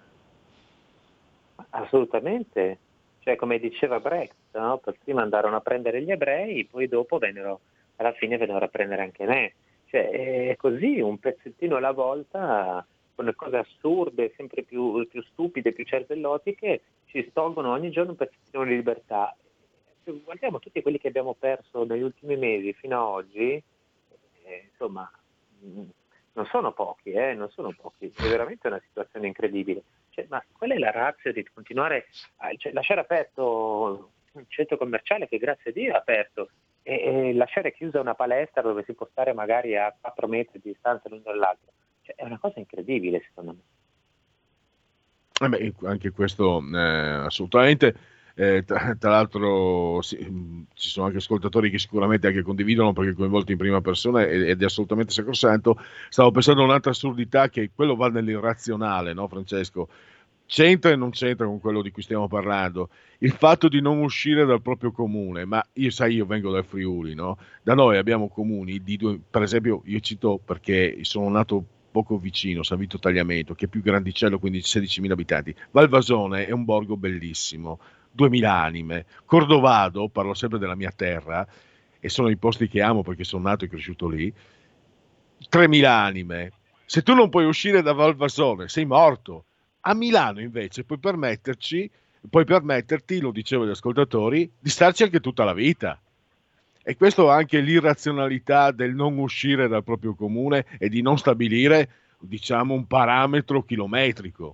Assolutamente, cioè come diceva Brecht, no? Per prima andarono a prendere gli ebrei, poi dopo vennero alla fine vennero a prendere anche me, cioè è così, un pezzettino alla volta, con le cose assurde, sempre più, più stupide, più cervellotiche, ci tolgono ogni giorno un pezzettino di libertà. Se guardiamo tutti quelli che abbiamo perso negli ultimi mesi fino a oggi, eh, insomma, non sono pochi, eh, non sono pochi, è veramente una situazione incredibile. Cioè, ma qual è la ratio di continuare a cioè, lasciare aperto un centro commerciale che grazie a Dio è aperto, e lasciare chiusa una palestra dove si può stare magari a quattro metri di distanza l'uno dall'altro, cioè, è una cosa incredibile secondo me. Eh beh, anche questo eh, assolutamente, eh, tra, tra l'altro sì, ci sono anche ascoltatori che sicuramente anche condividono perché coinvolti in prima persona ed è assolutamente sacrosanto. Stavo pensando a un'altra assurdità, che quello va nell'irrazionale, no Francesco? C'entra e non c'entra con quello di cui stiamo parlando, il fatto di non uscire dal proprio comune, ma io sai, io vengo dal Friuli, no? Da noi abbiamo comuni di due, per esempio io cito perché sono nato poco vicino, San Vito Tagliamento, che è più grandicello, quindi sedicimila abitanti. Valvasone è un borgo bellissimo, duemila anime. Cordovado, parlo sempre della mia terra, e sono i posti che amo perché sono nato e cresciuto lì, tremila anime. Se tu non puoi uscire da Valvasone, sei morto. A Milano invece puoi permetterci, puoi permetterti, lo dicevo agli ascoltatori, di starci anche tutta la vita. E questo anche l'irrazionalità del non uscire dal proprio comune e di non stabilire, diciamo, un parametro chilometrico.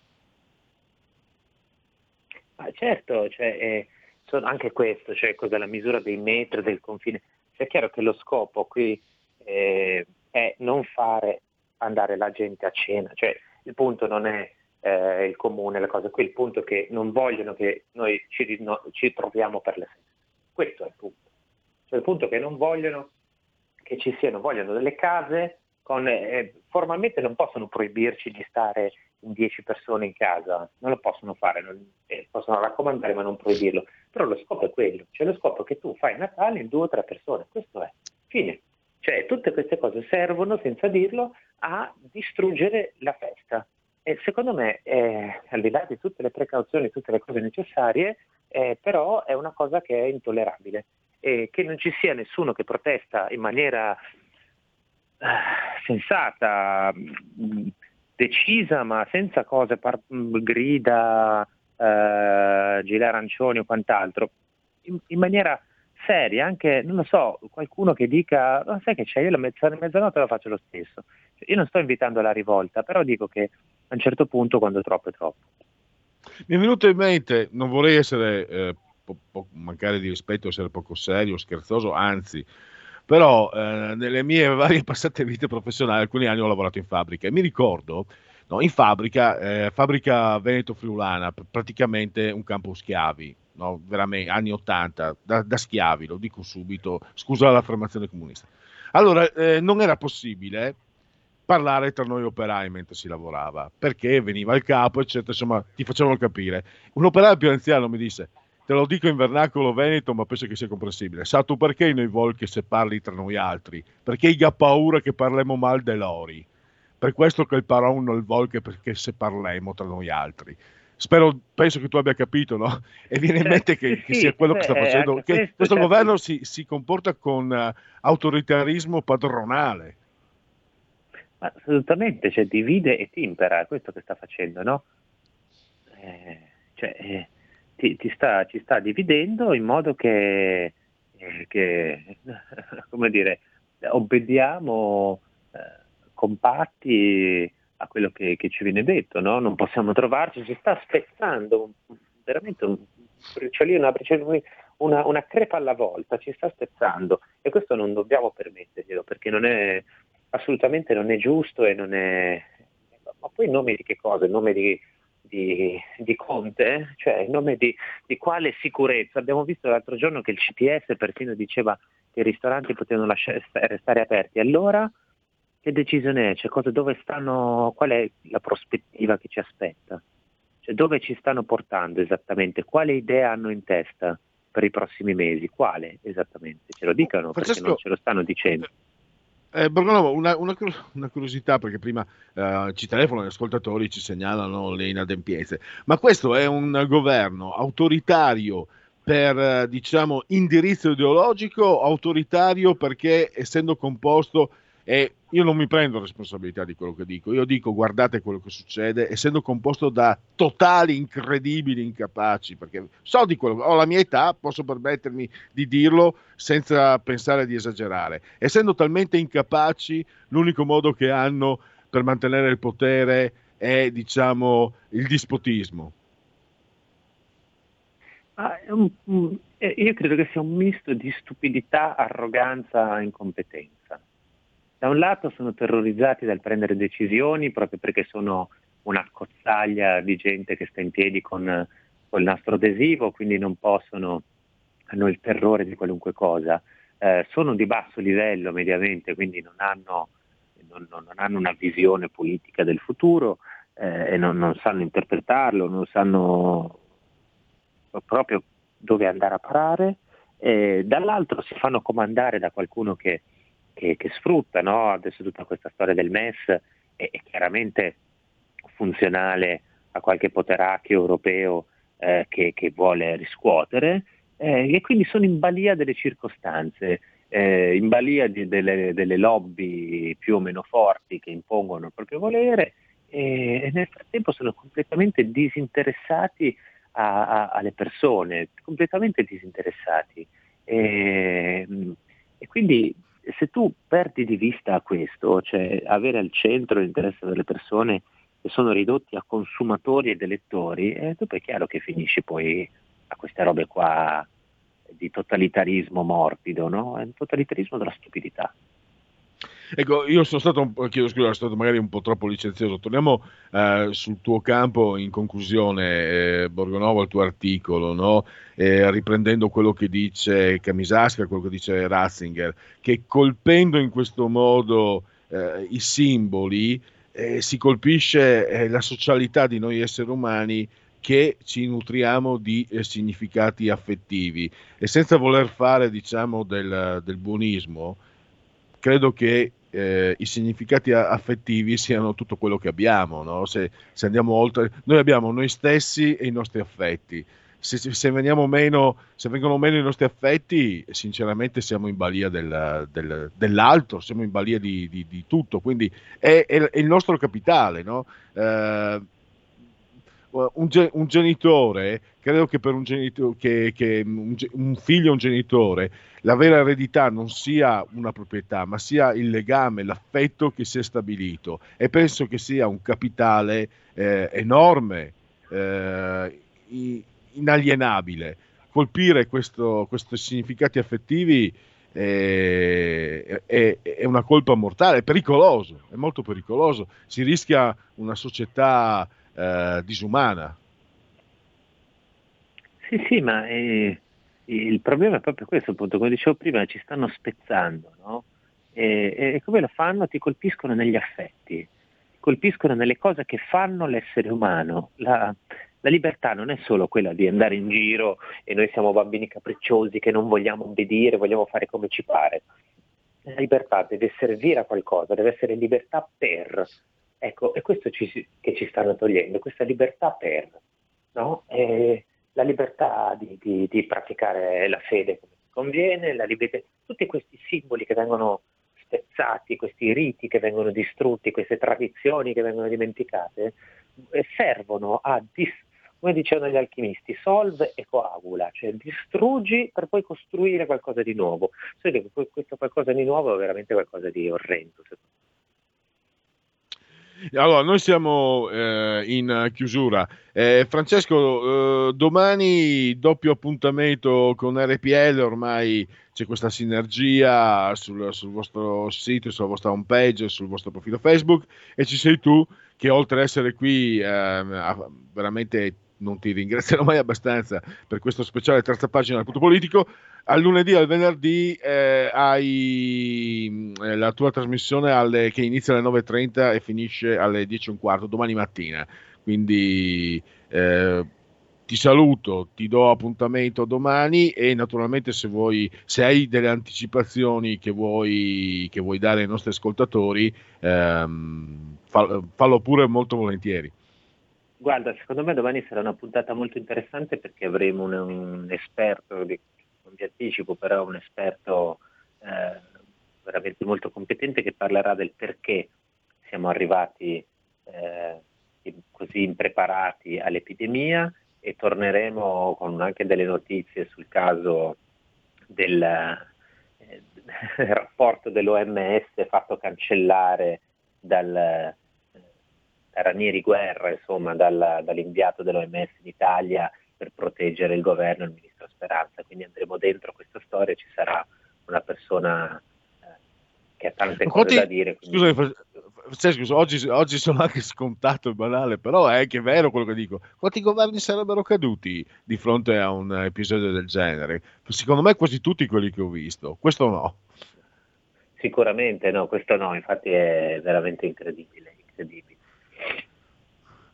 Ah, certo, cioè, eh, sono anche questo, cioè cosa la misura dei metri del confine. Cioè, è chiaro che lo scopo qui eh, è non fare andare la gente a cena, cioè il punto non è eh, il comune, le cose, qui il punto è che non vogliono che noi ci, no, ci troviamo per le feste. Questo è il punto. Cioè, il punto è che non vogliono che ci siano, vogliono delle case con, eh, formalmente non possono proibirci di stare in dieci persone in casa, non lo possono fare, non, eh, possono raccomandare ma non proibirlo, però lo scopo è quello, cioè lo scopo è che tu fai Natale in due o tre persone, questo è, fine. Cioè tutte queste cose servono, senza dirlo, a distruggere la festa. E secondo me, eh, al di là di tutte le precauzioni, tutte le cose necessarie, eh, però è una cosa che è intollerabile. E che non ci sia nessuno che protesta in maniera eh, sensata, mh, decisa, ma senza cose, par- mh, grida, eh, gilet arancioni o quant'altro, in, in maniera seria, anche, non lo so, qualcuno che dica, no, sai che c'è, io la mezz- mezzanotte la faccio lo stesso. Cioè, io non sto invitando alla rivolta, però dico che a un certo punto, quando è troppo è troppo. Mi è venuto in mente, non vorrei essere... Eh, Po- po- mancare di rispetto, essere poco serio, scherzoso, anzi, però eh, nelle mie varie passate vite professionali alcuni anni ho lavorato in fabbrica e mi ricordo, no, in fabbrica, eh, fabbrica Veneto Friulana, pr- praticamente un campo schiavi, no, veramente anni ottanta, da, da schiavi, lo dico subito, scusa l'affermazione comunista. Allora, eh, non era possibile parlare tra noi operai mentre si lavorava, perché veniva il capo, eccetera, insomma, ti facevano capire. Un operaio più anziano mi disse: te lo dico in vernacolo veneto, ma penso che sia comprensibile. Sa tu perché noi vol che se parli tra noi altri? Perché i ha paura che parlemo mal de lori. Per questo che il paron non vol che perché se parlemo tra noi altri. Spero, penso che tu abbia capito, no? E viene in mente che, sì, che sia quello che sta facendo. Che questo, questo certo. governo si, si comporta con uh, autoritarismo padronale. Assolutamente, cioè divide e timpera, è questo che sta facendo, no? Eh, cioè, eh, ti, ti sta, ci sta dividendo in modo che, eh, che come dire, obbediamo eh, compatti a quello che, che ci viene detto, no? Non possiamo trovarci, ci sta spezzando veramente un briciolino, una, briciolino, una, una crepa alla volta, ci sta spezzando, e questo non dobbiamo permetterglielo, perché non è assolutamente non è giusto e non è. Ma poi in nome di che cosa? In nome di, di, di Conte? Cioè in nome di, di quale sicurezza? Abbiamo visto l'altro giorno che il C T S persino diceva che i ristoranti potevano lasciare, restare aperti. Allora che decisione è? Cioè, cosa, dove stanno, qual è la prospettiva che ci aspetta? Cioè, dove ci stanno portando esattamente? Quale idea hanno in testa per i prossimi mesi? Quale esattamente? Ce lo dicano, perché Francesco, non ce lo stanno dicendo. Eh, Borgonovo, una, una, una curiosità, perché prima eh, ci telefonano gli ascoltatori, ci segnalano le inadempienze, ma questo è un governo autoritario per, eh, diciamo, indirizzo ideologico, autoritario perché essendo composto, e io non mi prendo responsabilità di quello che dico, io dico guardate quello che succede, essendo composto da totali, incredibili, incapaci, perché so di quello, ho la mia età, posso permettermi di dirlo senza pensare di esagerare, essendo talmente incapaci, l'unico modo che hanno per mantenere il potere è, diciamo, il dispotismo. Ah, è un, un, io credo che sia un misto di stupidità, arroganza e incompetenza. Da un lato sono terrorizzati dal prendere decisioni proprio perché sono una cozzaglia di gente che sta in piedi con, con il nastro adesivo, quindi non possono, hanno il terrore di qualunque cosa. Eh, sono di basso livello mediamente, quindi non hanno, non, non hanno una visione politica del futuro eh, e non, non sanno interpretarlo, non sanno proprio dove andare a parare. Eh, dall'altro si fanno comandare da qualcuno che Che, che sfrutta, no? Adesso tutta questa storia del M E S è, è chiaramente funzionale a qualche poteracchio europeo eh, che, che vuole riscuotere, eh, e quindi sono in balia delle circostanze, eh, in balia di, delle, delle lobby più o meno forti che impongono il proprio volere, e, e nel frattempo sono completamente disinteressati a, a, alle persone, completamente disinteressati. E, e quindi se tu perdi di vista questo, cioè avere al centro l'interesse delle persone che sono ridotti a consumatori ed elettori, eh, dopo è chiaro che finisci poi a queste robe qua di totalitarismo morbido, no? È un totalitarismo della stupidità. Ecco, io sono stato, un po', chiedo scusa, sono stato magari un po' troppo licenzioso. Torniamo eh, sul tuo campo in conclusione, eh, Borgonovo, al tuo articolo, no? Eh, riprendendo quello che dice Camisasca, quello che dice Ratzinger, che colpendo in questo modo eh, i simboli eh, si colpisce eh, la socialità di noi esseri umani, che ci nutriamo di eh, significati affettivi, e senza voler fare, diciamo, del, del buonismo, credo che eh, i significati affettivi siano tutto quello che abbiamo, no? Se, se andiamo oltre, noi abbiamo noi stessi e i nostri affetti. Se, se, veniamo meno, se vengono meno i nostri affetti, sinceramente siamo in balia del, del, dell'altro, siamo in balia di, di, di tutto, quindi è, è, è il nostro capitale, no? Eh, Un, un genitore, credo che per un genitore, che, che un, un figlio e un genitore, la vera eredità non sia una proprietà, ma sia il legame, l'affetto che si è stabilito, e penso che sia un capitale eh, enorme, eh, inalienabile. Colpire questo, questi significati affettivi è, è, è una colpa mortale, è pericoloso, è molto pericoloso, si rischia una società Eh, disumana. Sì, sì, ma eh, il problema è proprio questo, appunto, come dicevo prima, ci stanno spezzando, no? E, e come lo fanno? Ti colpiscono negli affetti, ti colpiscono nelle cose che fanno l'essere umano. La, la libertà non è solo quella di andare in giro e noi siamo bambini capricciosi che non vogliamo obbedire, vogliamo fare come ci pare. La libertà deve servire a qualcosa, deve essere libertà per... Ecco, è questo ci, che ci stanno togliendo, questa libertà per, no? E la libertà di, di, di praticare la fede come conviene, la libertà, tutti questi simboli che vengono spezzati, questi riti che vengono distrutti, queste tradizioni che vengono dimenticate, eh, servono a, dis, come dicevano gli alchimisti, solve e coagula, cioè distruggi per poi costruire qualcosa di nuovo. So, dico, questo qualcosa di nuovo è veramente qualcosa di orrendo, secondo me. Allora, noi siamo eh, in chiusura. Eh, Francesco, eh, domani doppio appuntamento con R P L, ormai c'è questa sinergia sul, sul vostro sito, sulla vostra homepage, sul vostro profilo Facebook, e ci sei tu che, oltre ad essere qui, eh, veramente non ti ringrazierò mai abbastanza per questo speciale terza pagina del Punto Politico. Al lunedì e al venerdì eh, hai eh, la tua trasmissione alle, che inizia alle nove e trenta e finisce alle dieci e un quarto domani mattina, quindi eh, ti saluto, ti do appuntamento domani, e naturalmente se vuoi, se hai delle anticipazioni che vuoi, che vuoi dare ai nostri ascoltatori, ehm, fallo, fallo pure molto volentieri. Guarda, secondo me domani sarà una puntata molto interessante, perché avremo un, un esperto, di, non vi anticipo, però un esperto eh, veramente molto competente, che parlerà del perché siamo arrivati eh, così impreparati all'epidemia, e torneremo con anche delle notizie sul caso del eh, rapporto dell'O M S fatto cancellare dal da Ranieri Guerra, insomma, dal, dall'inviato dell'O M S in Italia per proteggere il governo e il ministro Speranza. Quindi andremo dentro questa storia, ci sarà una persona eh, che ha tante Ma cose quanti, da dire. Quindi... Scusami, Francesco, oggi, oggi sono anche scontato e banale, però è che è vero quello che dico. Quanti governi sarebbero caduti di fronte a un episodio del genere? Secondo me quasi tutti quelli che ho visto, questo no. Sicuramente no, questo no, infatti è veramente incredibile, incredibile.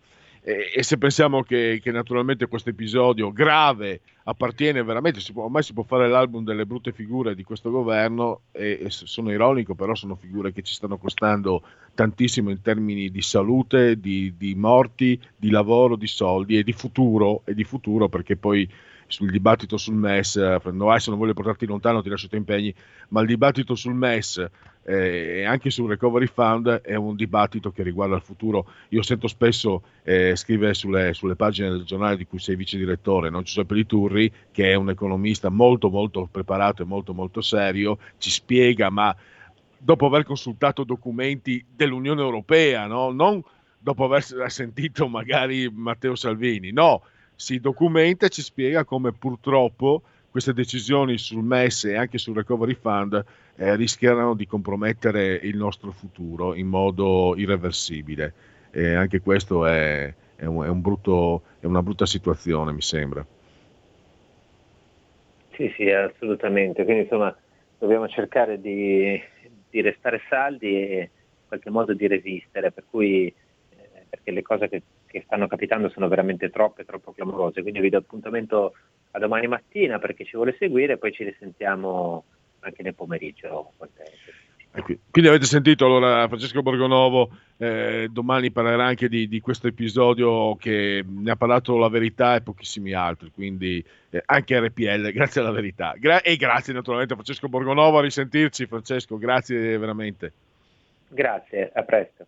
E, e se pensiamo che, che naturalmente questo episodio grave appartiene veramente, si può, ormai si può fare l'album delle brutte figure di questo governo, e, e sono ironico, però sono figure che ci stanno costando tantissimo in termini di salute, di, di morti, di lavoro, di soldi e di futuro, e di futuro perché poi sul dibattito sul M E S, no, adesso non voglio portarti lontano, ti lascio i tuoi impegni, ma il dibattito sul M E S eh, e anche sul Recovery Fund è un dibattito che riguarda il futuro. Io sento spesso eh, scrivere sulle, sulle pagine del giornale di cui sei vice direttore, no? Giuseppe Liturri, che è un economista molto molto preparato e molto molto serio, ci spiega, ma dopo aver consultato documenti dell'Unione Europea, no? Non dopo aver sentito magari Matteo Salvini, no, si documenta e ci spiega come purtroppo queste decisioni sul M E S e anche sul Recovery Fund eh, rischiano di compromettere il nostro futuro in modo irreversibile. E anche questo è, è, un, è, un brutto, è una brutta situazione, mi sembra. Sì, sì, assolutamente. Quindi insomma dobbiamo cercare di, di restare saldi e in qualche modo di resistere, per cui eh, perché le cose che che stanno capitando sono veramente troppe, troppo clamorose, quindi vi do appuntamento a domani mattina per chi ci vuole seguire e poi ci risentiamo anche nel pomeriggio. Quindi avete sentito allora Francesco Borgonovo, eh, domani parlerà anche di, di questo episodio che ne ha parlato La Verità e pochissimi altri, quindi eh, anche R P L, grazie alla Verità. Gra- e grazie naturalmente a Francesco Borgonovo, a risentirci Francesco, grazie veramente. Grazie, a presto.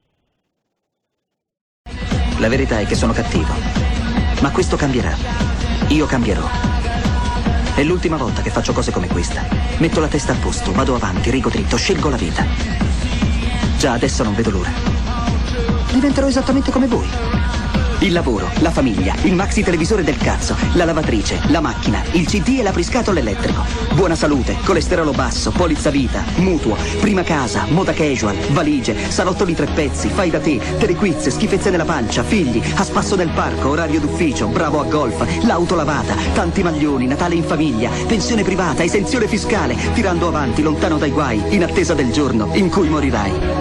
La verità è che sono cattivo, ma questo cambierà. Io cambierò. È l'ultima volta che faccio cose come questa. Metto la testa a posto, vado avanti, rigo dritto, scelgo la vita. Già adesso non vedo l'ora. Diventerò esattamente come voi. Il lavoro, la famiglia, il maxi televisore del cazzo, la lavatrice, la macchina, il C D e l'apriscatole elettrico. Buona salute, colesterolo basso, polizza vita, mutuo, prima casa, moda casual, valigie, salotto di tre pezzi, fai da te, telequiz, schifezze nella pancia, figli, a spasso nel parco, orario d'ufficio, bravo a golf, l'auto lavata, tanti maglioni, Natale in famiglia, pensione privata, esenzione fiscale, tirando avanti, lontano dai guai, in attesa del giorno in cui morirai.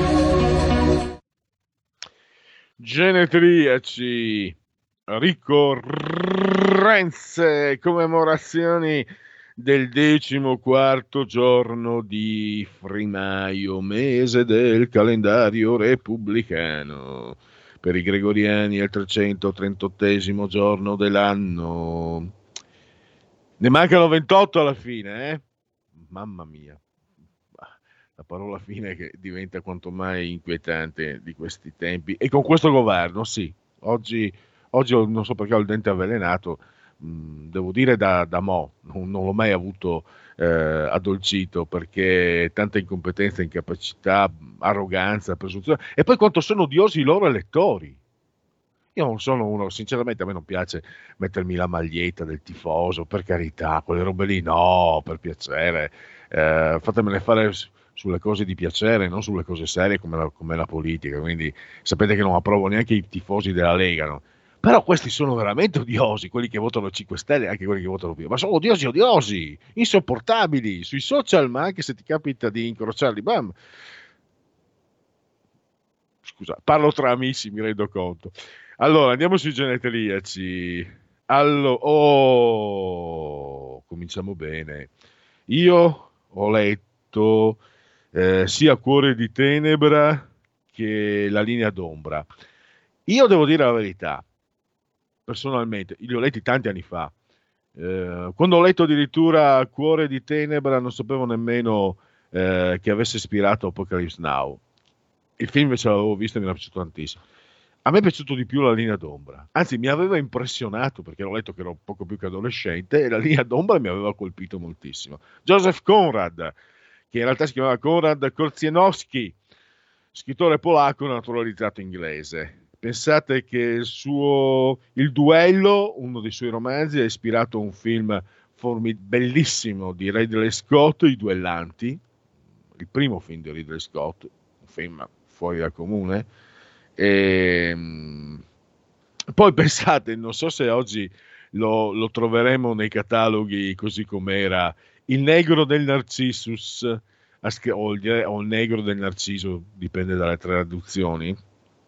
Genetriaci, ricorrenze, commemorazioni del decimoquarto giorno di Frimaio, mese del calendario repubblicano. Per i gregoriani è il trecentotrentottesimo giorno dell'anno. Ne mancano ventotto alla fine, eh? Mamma mia. La parola fine che diventa quanto mai inquietante di questi tempi, e con questo governo, sì, oggi, oggi non so perché ho il dente avvelenato, mh, devo dire da, da mo', non, non l'ho mai avuto eh, addolcito, perché tanta incompetenza, incapacità, arroganza, presunzione, e poi quanto sono odiosi i loro elettori. Io non sono uno, sinceramente a me non piace mettermi la maglietta del tifoso, per carità, quelle robe lì no, per piacere, eh, fatemele fare sulle cose di piacere, non sulle cose serie come la, come la politica, quindi sapete che non approvo neanche i tifosi della Lega, no? Però questi sono veramente odiosi, quelli che votano cinque Stelle e anche quelli che votano P, ma sono odiosi, odiosi, insopportabili, sui social, ma anche se ti capita di incrociarli, bam. Scusa, parlo tra amici, mi rendo conto. Allora, andiamo sui genetriaci. Allora, oh, cominciamo bene. Io ho letto Eh, sia Cuore di Tenebra che La Linea d'Ombra. Io devo dire la verità, personalmente, li ho letti tanti anni fa. Eh, quando ho letto addirittura Cuore di Tenebra non sapevo nemmeno eh, che avesse ispirato Apocalypse Now. Il film invece l'avevo visto e mi era piaciuto tantissimo. A me è piaciuto di più La Linea d'Ombra, anzi mi aveva impressionato perché l'ho letto che ero poco più che adolescente e La Linea d'Ombra mi aveva colpito moltissimo. Joseph Conrad, che in realtà si chiamava Konrad Korcienowski, scrittore polacco naturalizzato inglese. Pensate che il suo Il Duello, uno dei suoi romanzi, ha ispirato un film formi- bellissimo di Ridley Scott, I Duellanti, il primo film di Ridley Scott, un film fuori dal comune. E poi pensate, non so se oggi lo, lo troveremo nei cataloghi così com'era, Il Negro del Narcissus o il, o il Negro del Narciso, dipende dalle traduzioni,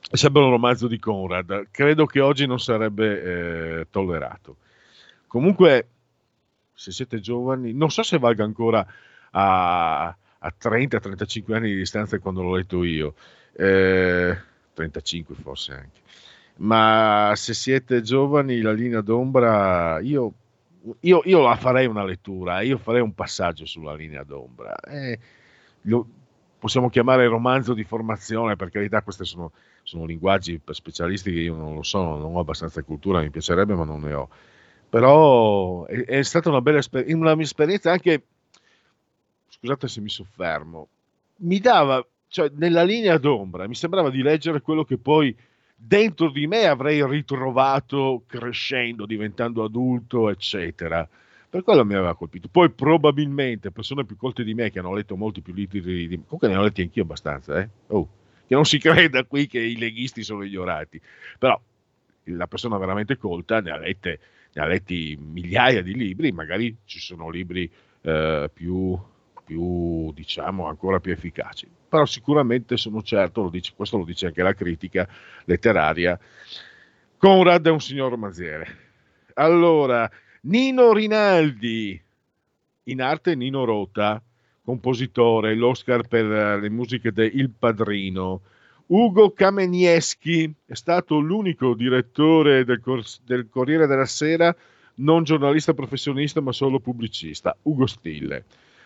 sarebbe un romanzo di Conrad. Credo che oggi non sarebbe eh, tollerato. Comunque, se siete giovani, non so se valga ancora a, a trenta trentacinque anni di distanza quando l'ho letto io, eh, trentacinque forse anche, ma se siete giovani, La linea d'ombra, io, io, io la farei una lettura, io farei un passaggio sulla linea d'ombra. Eh, lo possiamo chiamare romanzo di formazione, per carità, questi sono, sono linguaggi per specialisti che io non lo so, non ho abbastanza cultura, mi piacerebbe ma non ne ho. Però è, è stata una bella esperienza, una mia esperienza anche, scusate se mi soffermo, mi dava, cioè nella linea d'ombra, mi sembrava di leggere quello che poi dentro di me avrei ritrovato crescendo, diventando adulto, eccetera. Per quello mi aveva colpito. Poi probabilmente persone più colte di me, che hanno letto molti più libri di... comunque ne ho letti anch'io abbastanza, eh? Oh, che non si creda qui che i leghisti sono ignorati, però la persona veramente colta ne ha lette ne ha letti migliaia di libri, magari ci sono libri eh, più, più, diciamo, ancora più efficaci, però sicuramente sono certo, lo dice, questo lo dice anche la critica letteraria, Conrad è un signor romanziere. Allora, Nino Rinaldi, in arte Nino Rota, compositore, l'Oscar per le musiche de Il Padrino. Ugo Kameniewski è stato l'unico direttore del, Cor- del Corriere della Sera, non giornalista professionista ma solo pubblicista, Ugo Stille.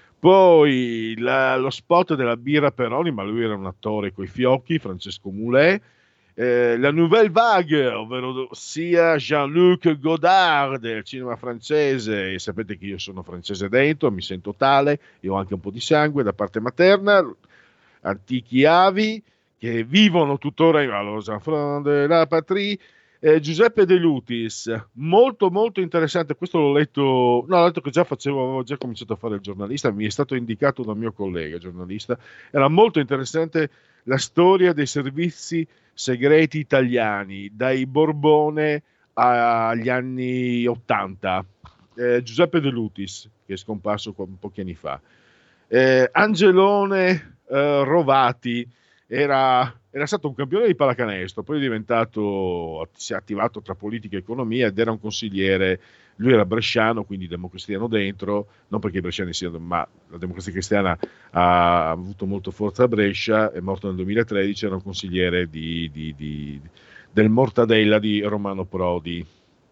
Poi la, lo spot della birra Peroni, ma lui era un attore coi fiocchi, Francesco Moulet. Eh, la Nouvelle Vague, ovvero sia Jean-Luc Godard del cinema francese, e sapete che io sono francese dentro, mi sento tale, io ho anche un po' di sangue da parte materna, antichi avi che vivono tuttora allo Jean-Franc de la Patrie. Eh, Giuseppe De Lutis, molto molto interessante, questo l'ho letto, no, l'ho letto che già facevo, avevo già cominciato a fare il giornalista, mi è stato indicato da un mio collega giornalista, era molto interessante la storia dei servizi segreti italiani, dai Borbone agli anni ottanta. Eh, Giuseppe De Lutis, che è scomparso un pochi anni fa. Eh, Angelone eh, Rovati, Era, era stato un campione di pallacanestro, poi è diventato, si è attivato tra politica e economia ed era un consigliere, lui era bresciano, quindi democristiano dentro, non perché i bresciani siano, ma la Democrazia Cristiana ha avuto molto forza a Brescia, è morto nel duemilatredici, era un consigliere di, di, di, del Mortadella di Romano Prodi.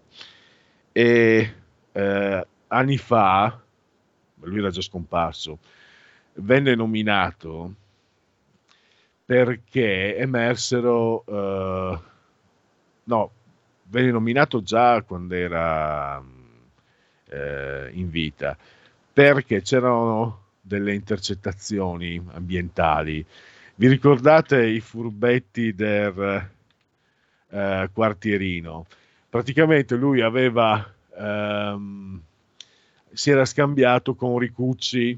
E eh, anni fa, lui era già scomparso, venne nominato perché emersero, uh, no, venne nominato già quando era uh, in vita, perché c'erano delle intercettazioni ambientali. Vi ricordate i furbetti del uh, quartierino? Praticamente lui aveva, um, si era scambiato con Ricucci,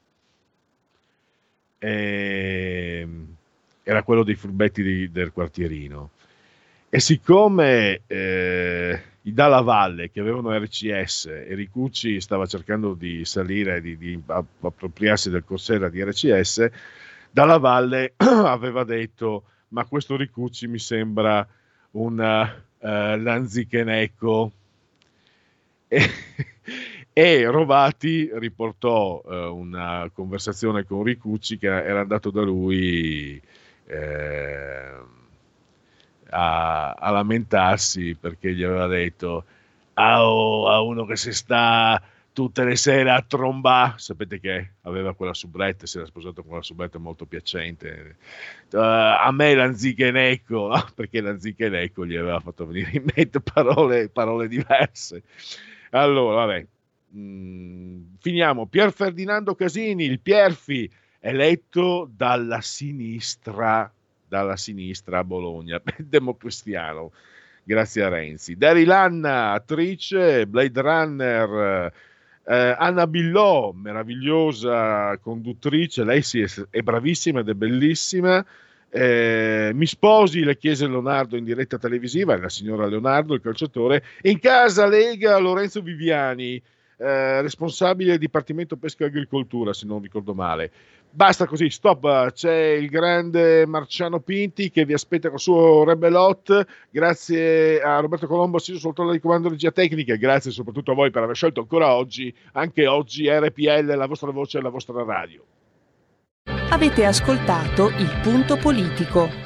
e era quello dei furbetti di, del quartierino, e siccome eh, i Dalla Valle, che avevano R C S, e Ricucci stava cercando di salire, di, di appropriarsi del Corsera di R C S, Dalla Valle aveva detto: ma questo Ricucci mi sembra un uh, Lanzichenecco, e, e Rovati riportò uh, una conversazione con Ricucci, che era andato da lui Eh, a, a lamentarsi perché gli aveva detto a, a uno che si sta tutte le sere a trombà, sapete che aveva quella soubrette, si era sposato con una soubrette molto piacente, uh, a me Lanzichenecco, no? Perché Lanzichenecco gli aveva fatto venire in mente parole, parole diverse. Allora vabbè, mm, finiamo. Pier Ferdinando Casini, il Pierfi, eletto dalla sinistra, dalla sinistra a Bologna, democristiano, grazie a Renzi. Daryl Anna, attrice, Blade Runner. Eh, Anna Billò, meravigliosa conduttrice, lei sì, è, è bravissima ed è bellissima. Eh, mi sposi, le chiese Leonardo in diretta televisiva, è la signora Leonardo, il calciatore. In casa Lega, Lorenzo Viviani, eh, responsabile Dipartimento Pesca e Agricoltura, se non ricordo male. Basta così, stop, c'è il grande Marciano Pinti che vi aspetta col suo Rebelot. Grazie a Roberto Colombo, assiso sul controllo di comando regia tecnica, e grazie soprattutto a voi per aver scelto ancora oggi, anche oggi, R P L, la vostra voce e la vostra radio. Avete ascoltato Il Punto Politico.